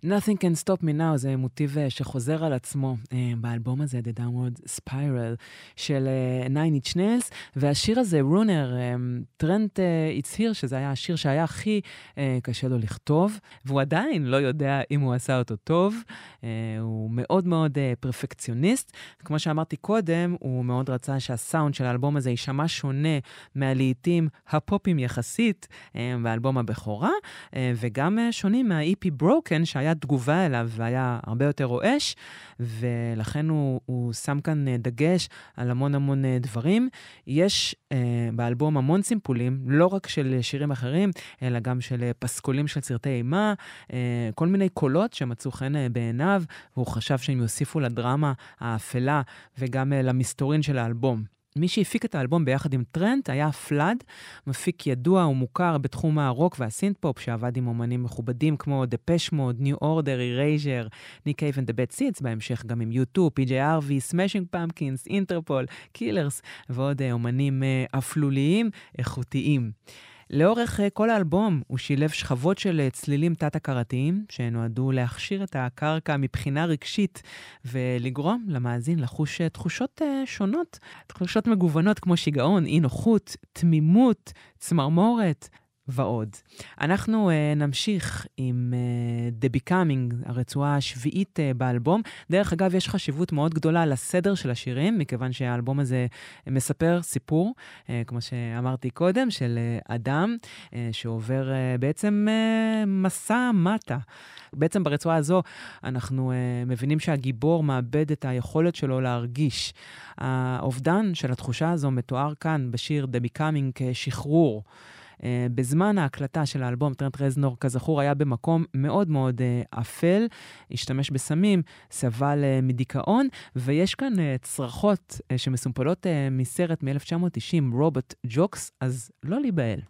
Nothing Can Stop Me Now זה מוטיב שחוזר על עצמו באלבום הזה, The Downward Spiral של Nine Inch Nails, והשיר הזה, רונר, טרנט הצהיר שזה היה השיר שהיה הכי קשה לו לכתוב, והוא עדיין לא יודע אם הוא עשה אותו טוב, הוא מאוד מאוד פרפקציוניסט, כמו שאמרתי קודם, הוא מאוד רצה שהסאונד של האלבום הזה יישמע שונה מהלעיתים הפופים יחסית באלבום הבכורה, וגם שונים מה-E P Broken שהיה תגובה אליו והיה הרבה יותר רועש, ולכן הוא, הוא שם כאן דגש על המון המון דברים. יש אה, באלבום המון סימפולים, לא רק של שירים אחרים, אלא גם של פסקולים של סרטי אימה, אה, כל מיני קולות שמצאו חן בעיניו, והוא חשב שהם יוסיפו לדרמה האפלה וגם אה, למסתורין של האלבום. מי שהפיק את האלבום ביחד עם טרנט היה פלאד, מפיק ידוע ומוכר בתחום הרוק והסינט-פופ, שעבד עם אומנים מכובדים כמו Depeche Mode, New Order, Erasure, Nick Cave and the Bad Seeds, בהמשך גם עם יו טו, פי ג'יי אר וי, Smashing Pumpkins, Interpol, Killers, ועוד אומנים אפלוליים, איכותיים. לאורך כל האלבום הוא שילב שכבות של צלילים תת-הכרתיים, שנועדו להכשיר את הקרקע מבחינה רגשית, ולגרום למאזין לחוש תחושות שונות, תחושות מגוונות כמו שיגעון, אי נוחות, תמימות, צמרמורת, ועוד. אנחנו uh, נמשיך עם uh, The Becoming, הרצועה השביעית uh, באלבום. דרך אגב, יש חשיבות מאוד גדולה לסדר של השירים, מכיוון שהאלבום הזה uh, מספר סיפור, uh, כמו שאמרתי קודם, של uh, אדם uh, שעובר uh, בעצם uh, מסע מטה. בעצם ברצועה הזו אנחנו uh, מבינים שהגיבור מאבד את היכולת שלו להרגיש. האובדן של התחושה הזו מתואר כאן בשיר The Becoming כשחרור. Uh, בזמן ההקלטה של האלבום, טרנט רזנור, כזכור, היה במקום מאוד מאוד uh, אפל, השתמש בסמים, סבל uh, מדיכאון, ויש כאן uh, צרחות uh, שמסומפלות uh, מסרט מ-אלף תשע מאות תשעים, רובוט ג'וקס, אז לא להיבהל.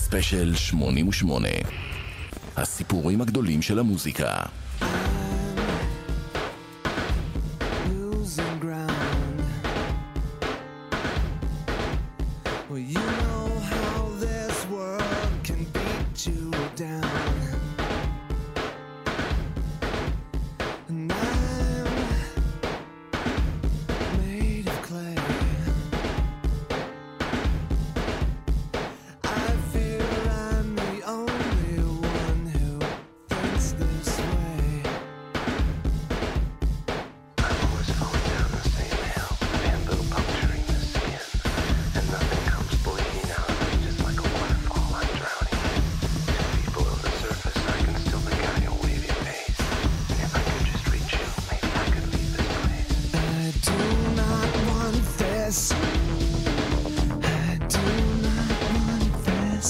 ספיישל שמונים ושמונה. הסיפורים הגדולים של המוזיקה. Losing ground. Well, you know how this world can beat you down. And I'm made of clay. I fear I'm the only one who thinks this way. I'm always falling down the same hill, bamboo puncturing the skin, and nothing comes bleeding out of me, just like a waterfall I'm drowning in. Two feet below the surface, I can still think at your wavy pace. And if I could just reach you, maybe I could leave this place. I do not want this. I do not want this.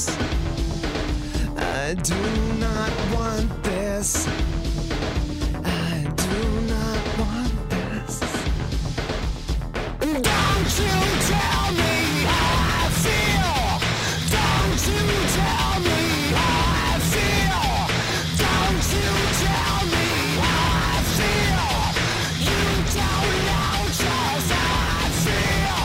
I do not want this. I do not want this. Don't you tell me how I feel. Don't you tell me how I feel. Don't you tell me how I feel. You don't know just how I feel.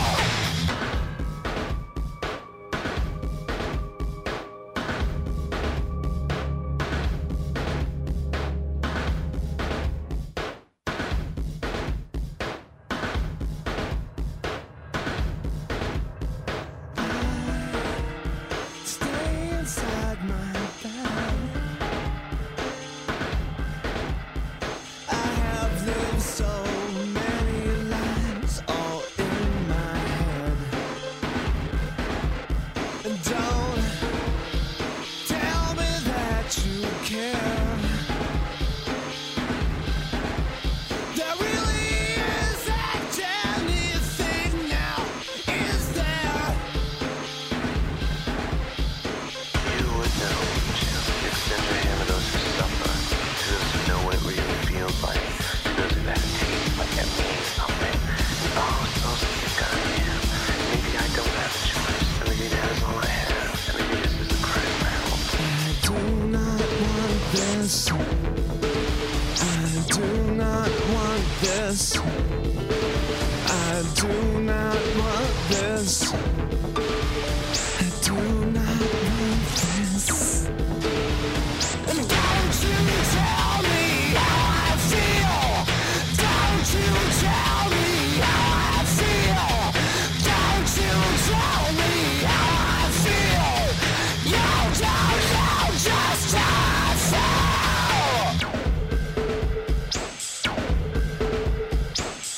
Stay inside my bed. I have lived so many lives all in my head. And don't tell me that you care. There really isn't anything now, is there? You would know, Jim. Extend your hand to those who suffer, to those who know what it really feels like, to those who've had a taste like that means something. And oh, suppose you've got a hand. Maybe I don't have a choice, and maybe that is all I have, and maybe this is a cry for help. I do not want this. I do not want this. I do not want this. I do not want this. And don't you tell me how I feel. Don't you tell me how I feel. Don't you tell me how I feel. You don't know just how I feel.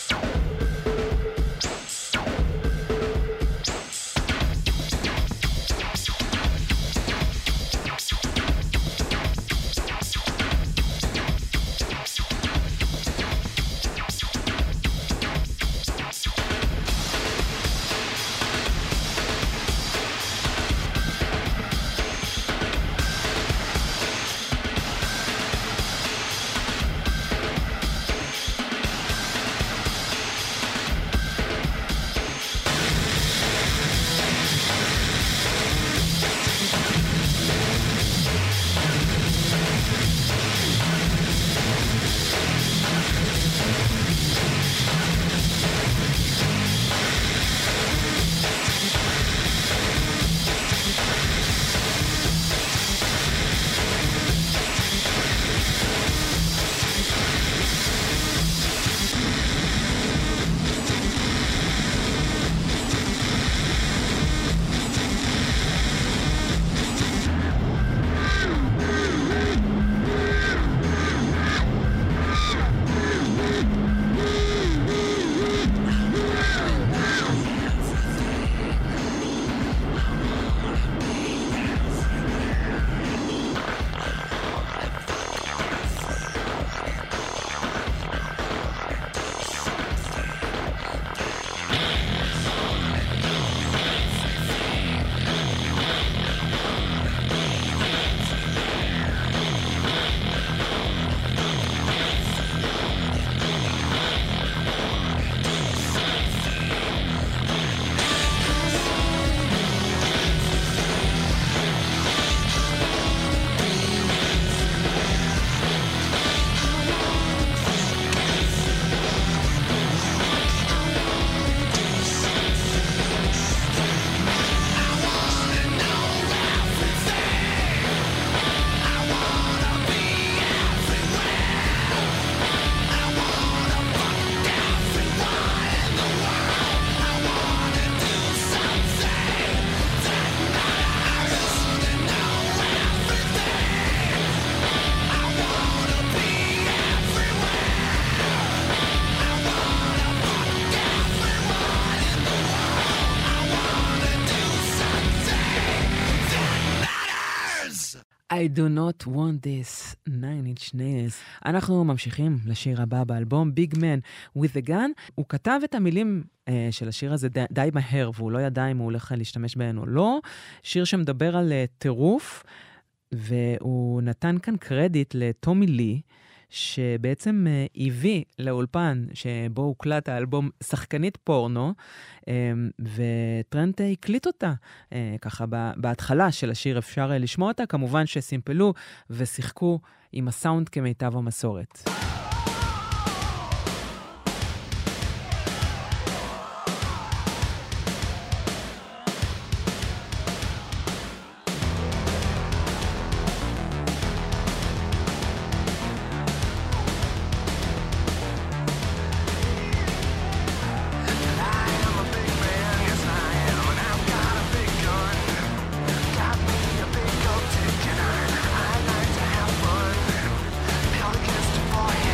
I do not want this, Nine Inch Nails. אנחנו ממשיכים לשיר הבא באלבום, Big Man with a Gun. הוא כתב את המילים uh, של השיר הזה די, די מהר, והוא לא ידע אם הוא הולך להשתמש בהן או לא. שיר שמדבר על uh, טירוף, והוא נתן כאן קרדיט לטומי לי, שבעצם uh, הביא לאולפן שבו הוקלט האלבום שחקנית פורנו, um, וטרנט הקליט אותה. Uh, ככה בהתחלה של השיר אפשר uh, לשמוע אותה, כמובן שסימפלו ושיחקו עם הסאונד כמיטב המסורת. Boy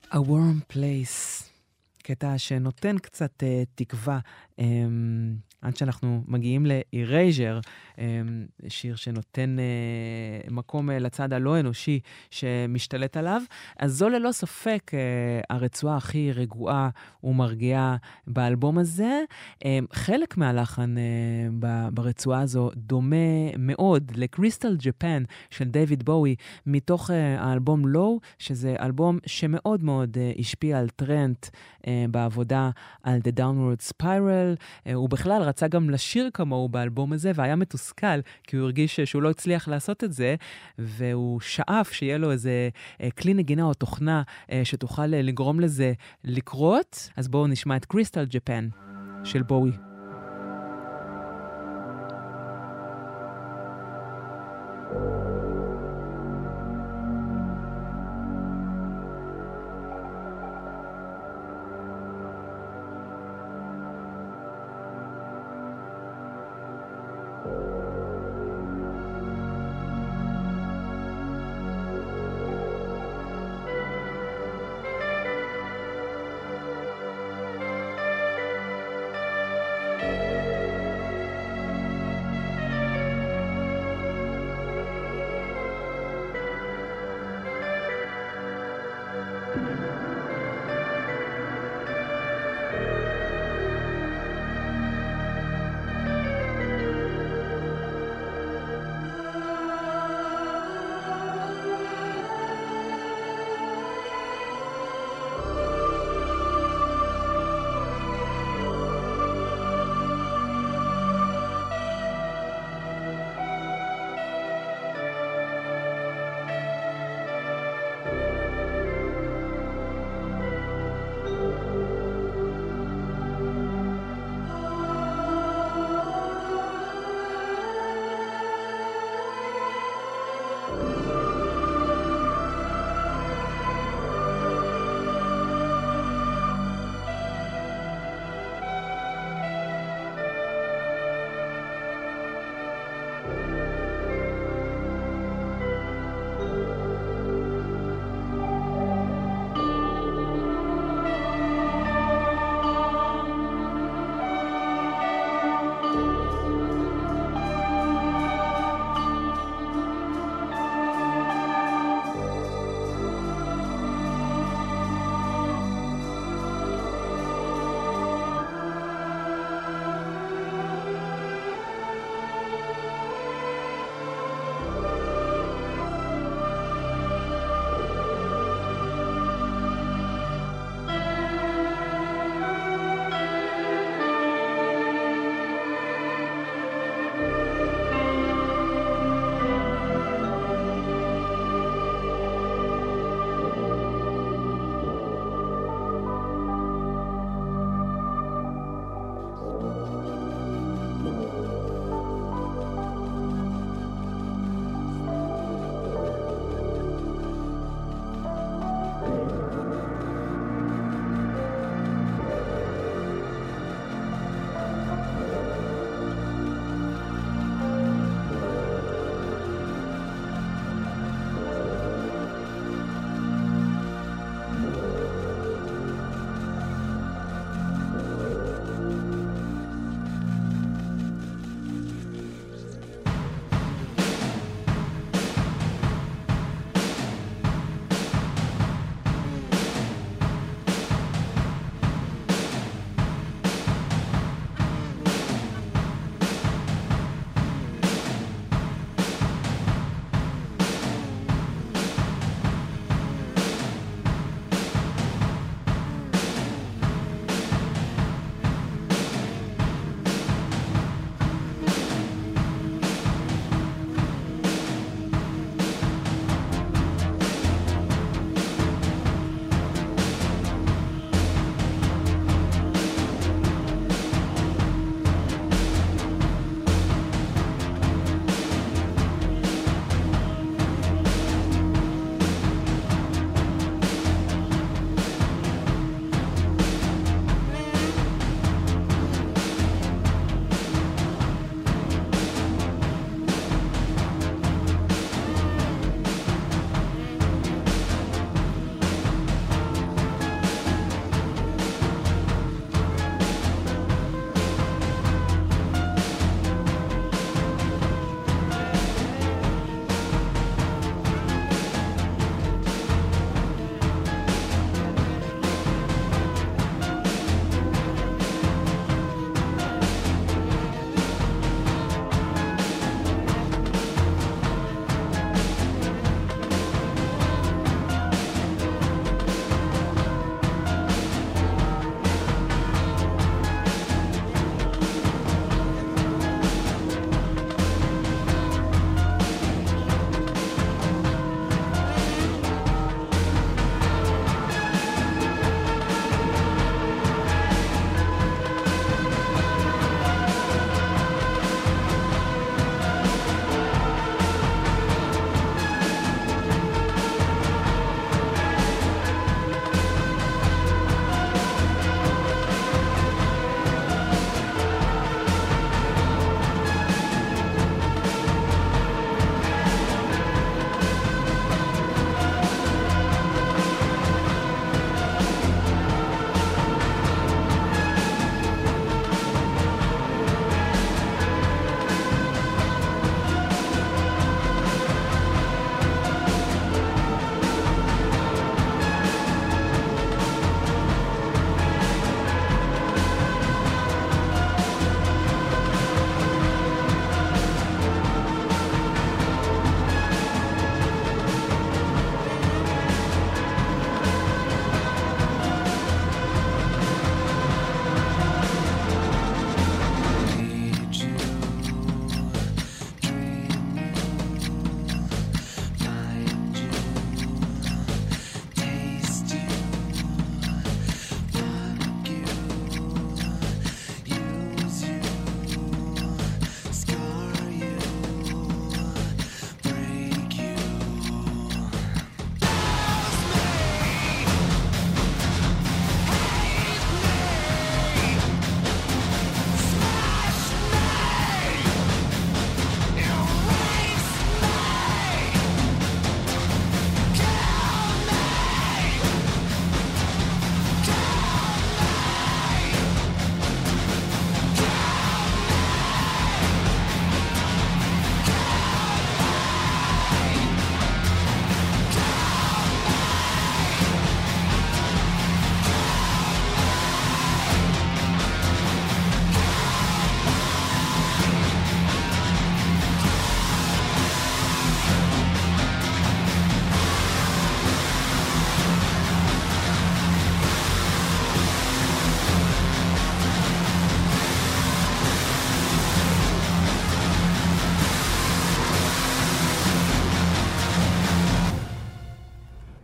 A Warm Place, קטע שנותן קצת uh, תקווה, um, עד שאנחנו מגיעים ל-Erasure, um, שיר שנותן uh, מקום uh, לצד הלא אנושי שמשתלט עליו. אז זו ללא ספק uh, הרצועה הכי רגועה ומרגיעה באלבום הזה. Um, חלק מהלחן uh, ב- ברצועה הזו דומה מאוד לקריסטל ג'פן של דיוויד בואי, מתוך uh, האלבום לואו, שזה אלבום שמאוד מאוד uh, השפיע על טרנט uh, בעבודה על The Downward Spiral. uh, הוא בכלל רצה גם לשיר כמוהו באלבום הזה, והיה מתוסכל, כי הוא הרגיש שהוא לא הצליח לעשות את זה, והוא שאף שיהיה לו איזה uh, כלי נגינה או תוכנה uh, שתוכל uh, לגרום לזה לקרות. אז בואו נשמע את קריסטל ג'פן של בואי.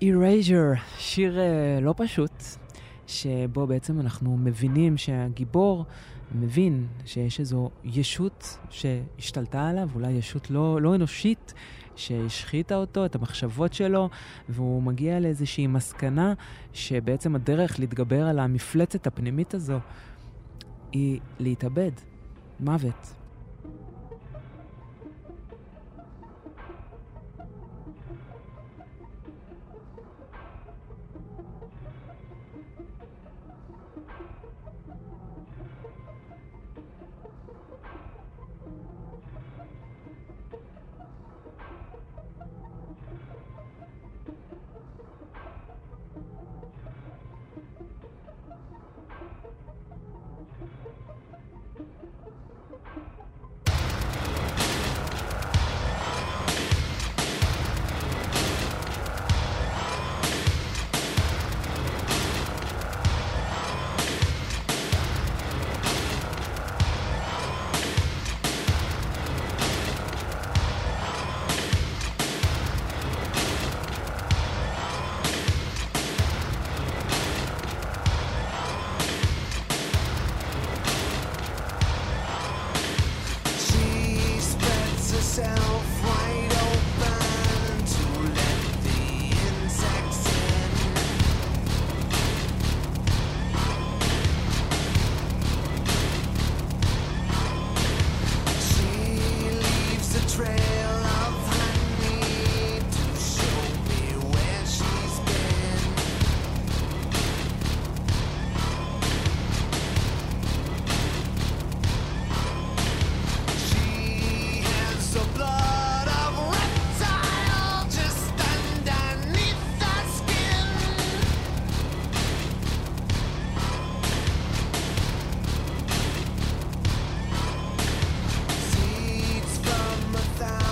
Erasure, שיר uh, לא פשוט, שבו בעצם אנחנו מבינים שהגיבור מבין שיש איזו ישות שהשתלטה עליו, אולי ישות לא, לא אנושית, שהשחיתה אותו, את המחשבות שלו, והוא מגיע לאיזושהי מסקנה שבעצם הדרך להתגבר על המפלצת הפנימית הזו היא להתאבד, מוות. Seeds from a thousand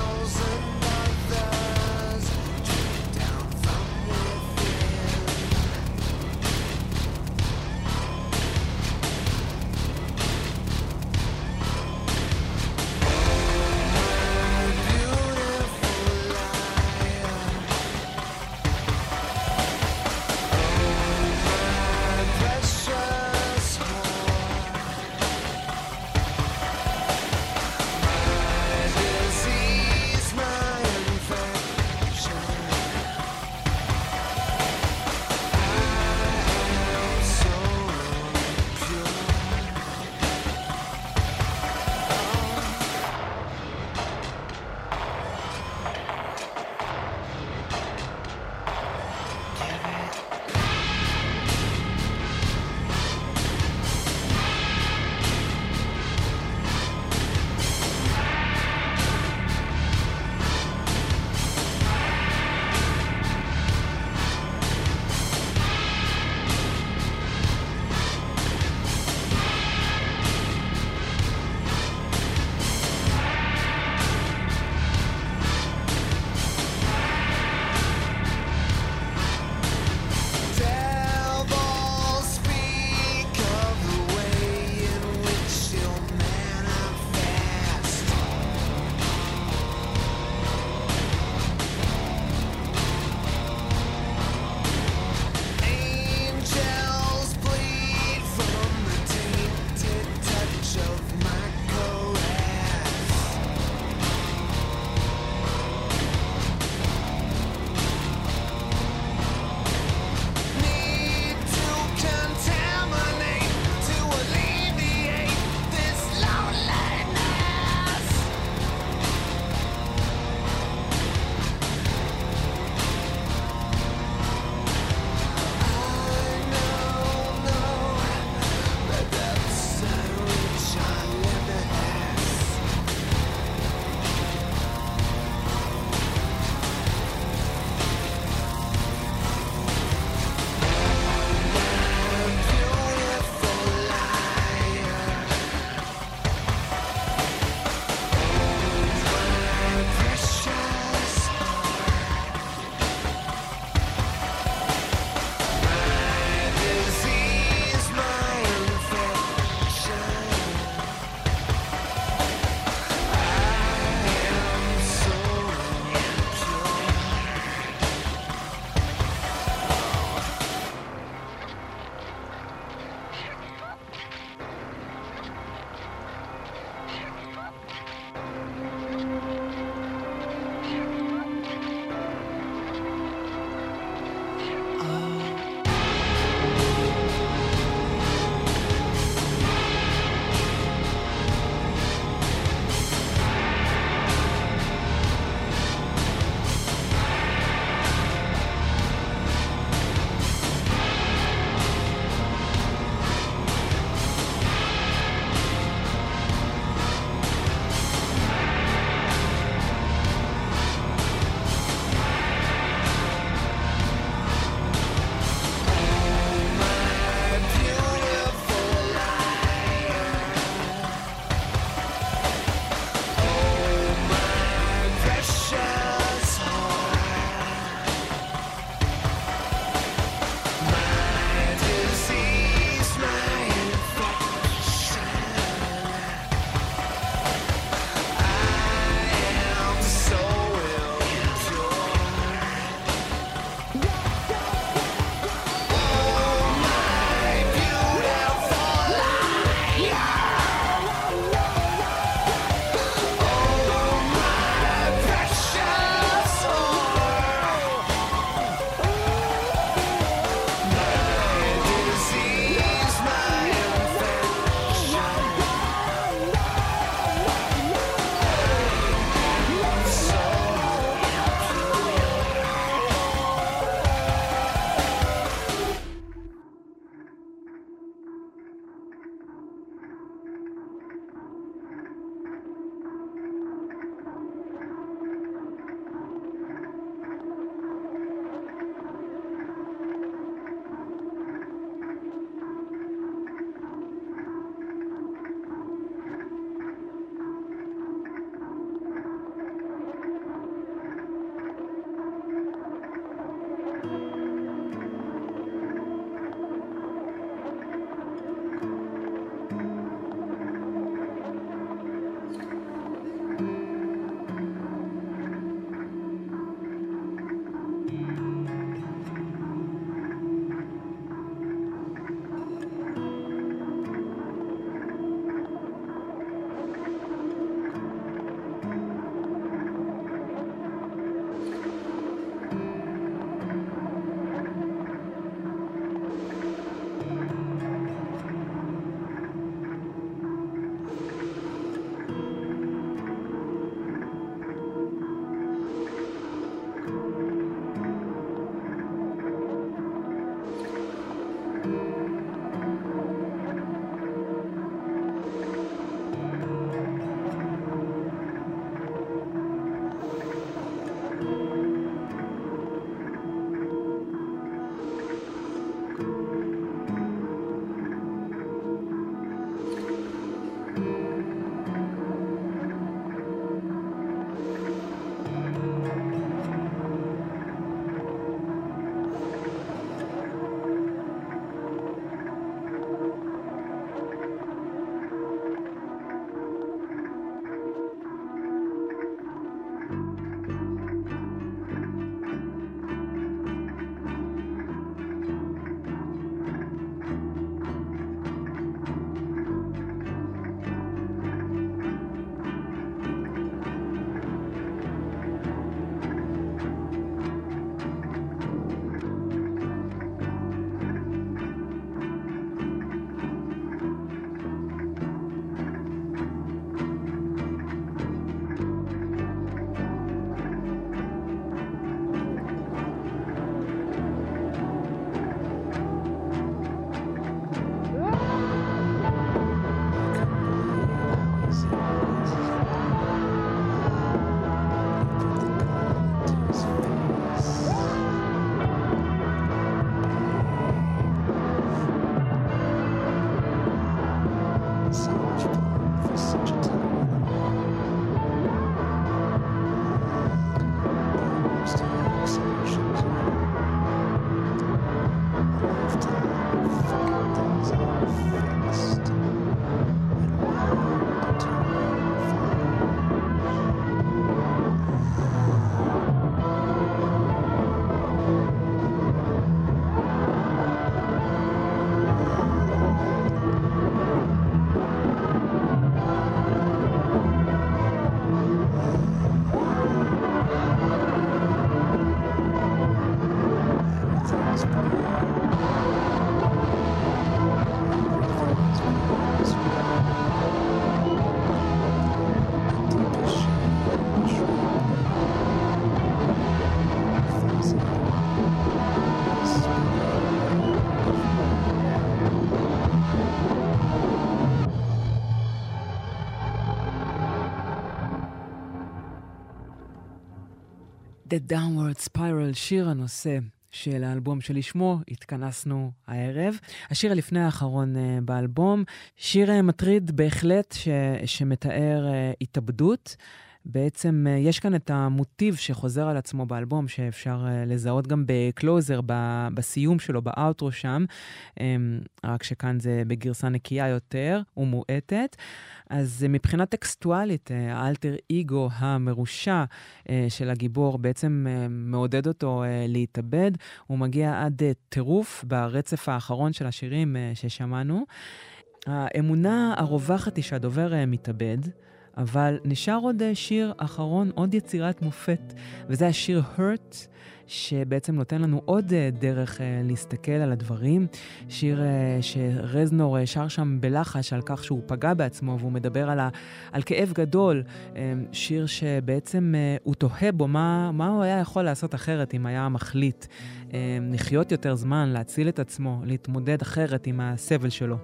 The Downward Spiral, שיר הנושא של האלבום שלשמו התכנסנו הערב. השיר הלפני האחרון uh, באלבום, שיר uh, מטריד בהחלט ש, שמתאר uh, התאבדות. בעצם uh, יש כאן את המוטיב שחוזר על עצמו באלבום, שאפשר uh, לזהות גם בקלוזר, ב- בסיום שלו, באוטרו שם, um, רק שכאן זה בגרסה נקייה יותר ומועטת. אז מבחינה טקסטואלית, האלטר איגו המרושע של הגיבור בעצם מעודד אותו להתאבד. הוא מגיע עד טירוף ברצף האחרון של השירים ששמענו. האמונה הרווחת היא שהדובר מתאבד, אבל נשאר עוד שיר אחרון, עוד יצירת מופת, וזה השיר Hurt, שבעצם נותן לנו עוד דרך להסתכל על הדברים. שיר שרזנור שר שם בלחש על כך שהוא פגע בעצמו, והוא מדבר על, ה, על כאב גדול. שיר שבעצם הוא תוהה בו מה, מה הוא היה יכול לעשות אחרת אם היה מחליט לחיות יותר זמן, להציל את עצמו, להתמודד אחרת עם הסבל שלו.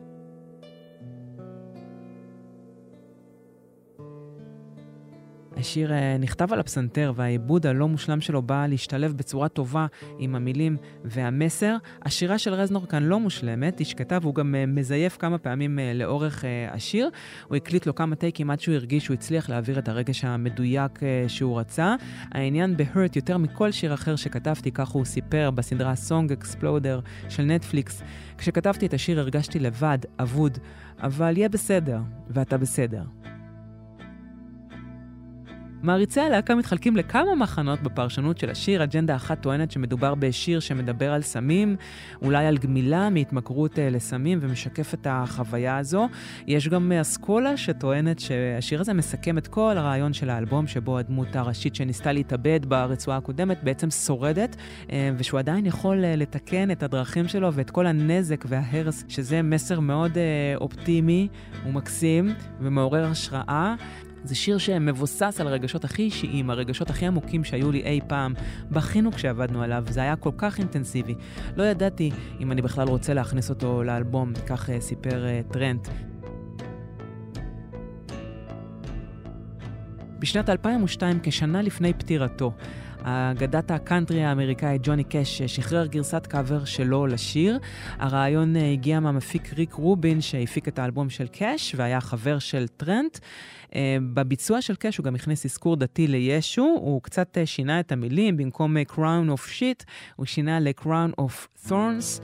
השיר נכתב על הפסנתר, והעיבוד הלא מושלם שלו בא להשתלב בצורה טובה עם המילים והמסר. השירה של רזנור כאן לא מושלמת, היא שקטה, והוא גם מזייף כמה פעמים לאורך השיר. הוא הקליט לו כמה טייקים עד שהוא הרגיש שהוא הצליח להעביר את הרגש המדויק שהוא רצה. העניין ב-Hurt יותר מכל שיר אחר שכתבתי, כך הוא סיפר בסדרה Song Exploder של נטפליקס. כשכתבתי את השיר הרגשתי לבד, אבוד, אבל יהיה בסדר, ואתה בסדר. מעריצי הלהקה מתחלקים לכמה מחנות בפרשנות של השיר. אג'נדה אחת טוענת שמדובר בשיר שמדבר על סמים, אולי על גמילה מהתמכרות לסמים, ומשקף את החוויה הזו. יש גם אסכולה שטוענת שהשיר הזה מסכם את כל הרעיון של האלבום, שבו הדמות הראשית שניסתה להתאבד ברצועה הקודמת בעצם שורדת, ושהוא עדיין יכול לתקן את הדרכים שלו ואת כל הנזק וההרס, שזה מסר מאוד אופטימי ומקסים ומעורר השראה. זה שיר שמבוסס על הרגשות הכי אישיים, הרגשות הכי עמוקים שהיו לי אי פעם. בכינו כשעבדנו עליו, זה היה כל כך אינטנסיבי. לא ידעתי אם אני בכלל רוצה להכניס אותו לאלבום, כך סיפר טרנט. בשנת אלפיים ושתיים, כשנה לפני פטירתו, אגדת הקאנטרי האמריקאי ג'וני קאש שחרר גרסת קאבר שלו לשיר. הרעיון הגיע מהמפיק ריק רובין שהפיק את האלבום של קאש והיה חבר של טרנט. בביצוע של קאש הוא גם הכניס אזכור דתי לישו, הוא קצת שינה את המילים, במקום crown of shit הוא שינה ל-crown of thorns.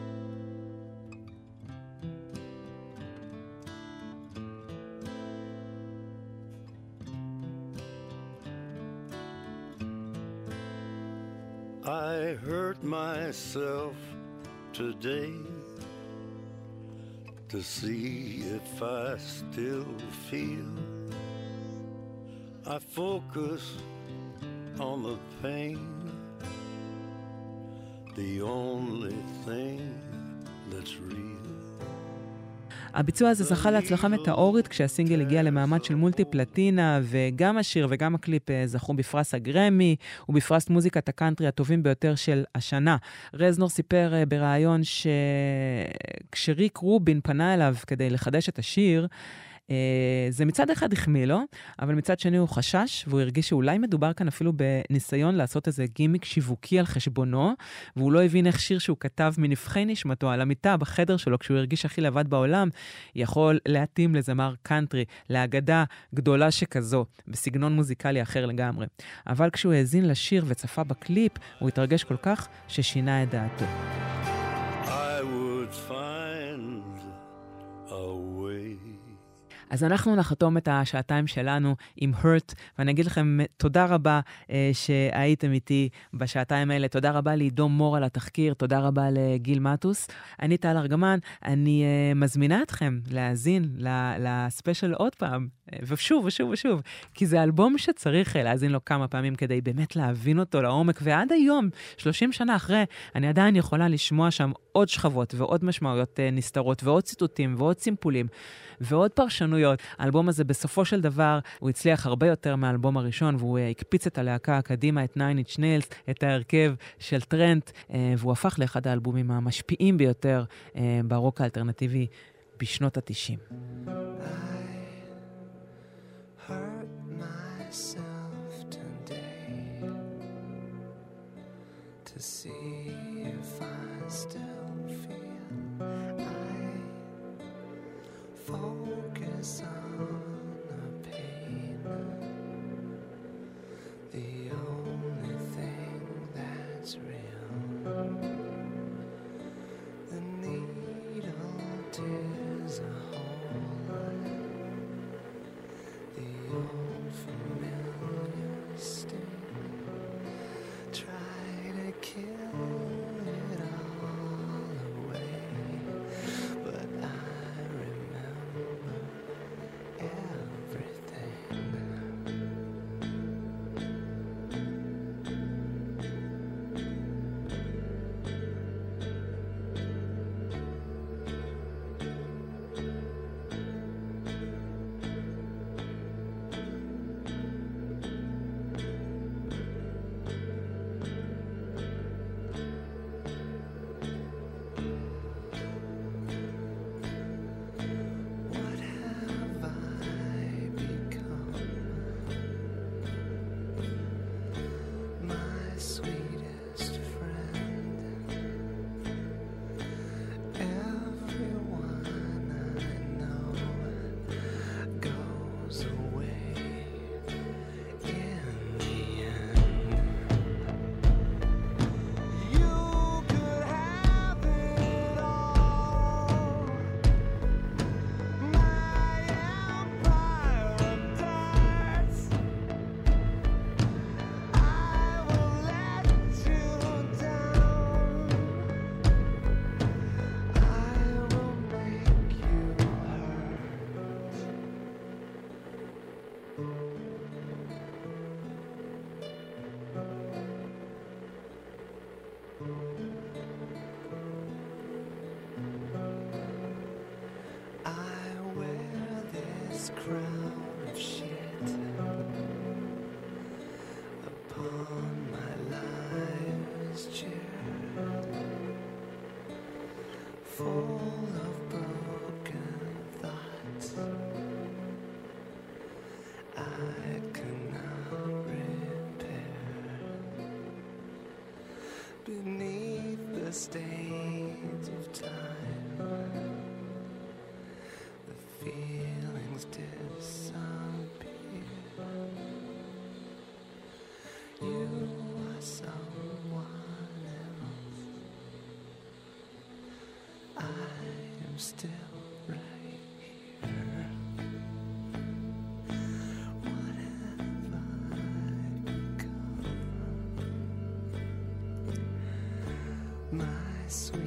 I hurt myself today to see if I still feel. I focus on the pain, the only thing that's real. הביצוע הזה זכה להצלחה מטאורית כשהסינגל הגיע למעמד של מולטי פלטינה, וגם השיר וגם הקליפ זכו בפרס הגרמי ובפרס מוזיקת הקאנטרי הטובים ביותר של השנה. רזנור סיפר ברעיון שכשריק רובין פנה אליו כדי לחדש את השיר, זה מצד אחד החמיא לו, אבל מצד שני הוא חשש, והוא הרגיש שאולי מדובר כאן אפילו בניסיון לעשות איזה גימיק שיווקי על חשבונו, והוא לא הבין איך שיר שהוא כתב מנפחי נשמתו על המיטה בחדר שלו, כשהוא הרגיש הכי לבד בעולם, יכול להתאים לזמר קאנטרי, להגדה גדולה שכזו, בסגנון מוזיקלי אחר לגמרי. אבל כשהוא האזין לשיר וצפה בקליפ, הוא התרגש כל כך ששינה את דעתו. I would find a way. אז אנחנו נחתום את השעתיים שלנו עם Hurt, ואני אגיד לכם תודה רבה אה, שהייתם איתי בשעתיים האלה. תודה רבה לעידו מור על התחקיר, תודה רבה לגיל מטוס. אני טל ארגמן, אני אה, מזמינה אתכם להאזין לספיישל עוד פעם, אה, ושוב ושוב ושוב, כי זה אלבום שצריך להאזין לו כמה פעמים כדי באמת להבין אותו לעומק, ועד היום, שלושים שנה אחרי, אני עדיין יכולה לשמוע שם עוד שכבות ועוד משמעויות אה, נסתרות, ועוד ציטוטים ועוד סימפולים, ועוד פרשנויות. האלבום הזה בסופו של דבר, הוא הצליח הרבה יותר מהאלבום הראשון, והוא הקפיץ את הלהקה הקדימה, את Nine Inch Nails, את ההרכב של טרנט, והוא הפך לאחד האלבומים המשפיעים ביותר ברוק האלטרנטיבי בשנות ה-תשעים. I hurt myself today to see if I still feel. I focus on the pain, the only thing that's real. The needle tears a hole, the old familiar sting. Try to kill it all away, but I remember everything. What have I become? My sweetest friend. Everyone I know goes away in the end. You could have it all. My empire of darts. I will let you down. I will make you hurt. I wear this crown of shit upon my life's chair, full of broken thoughts I cannot repair. Beneath the stage of time, the feelings disappear. You are someone else. I am still right here. What have I become? My sweet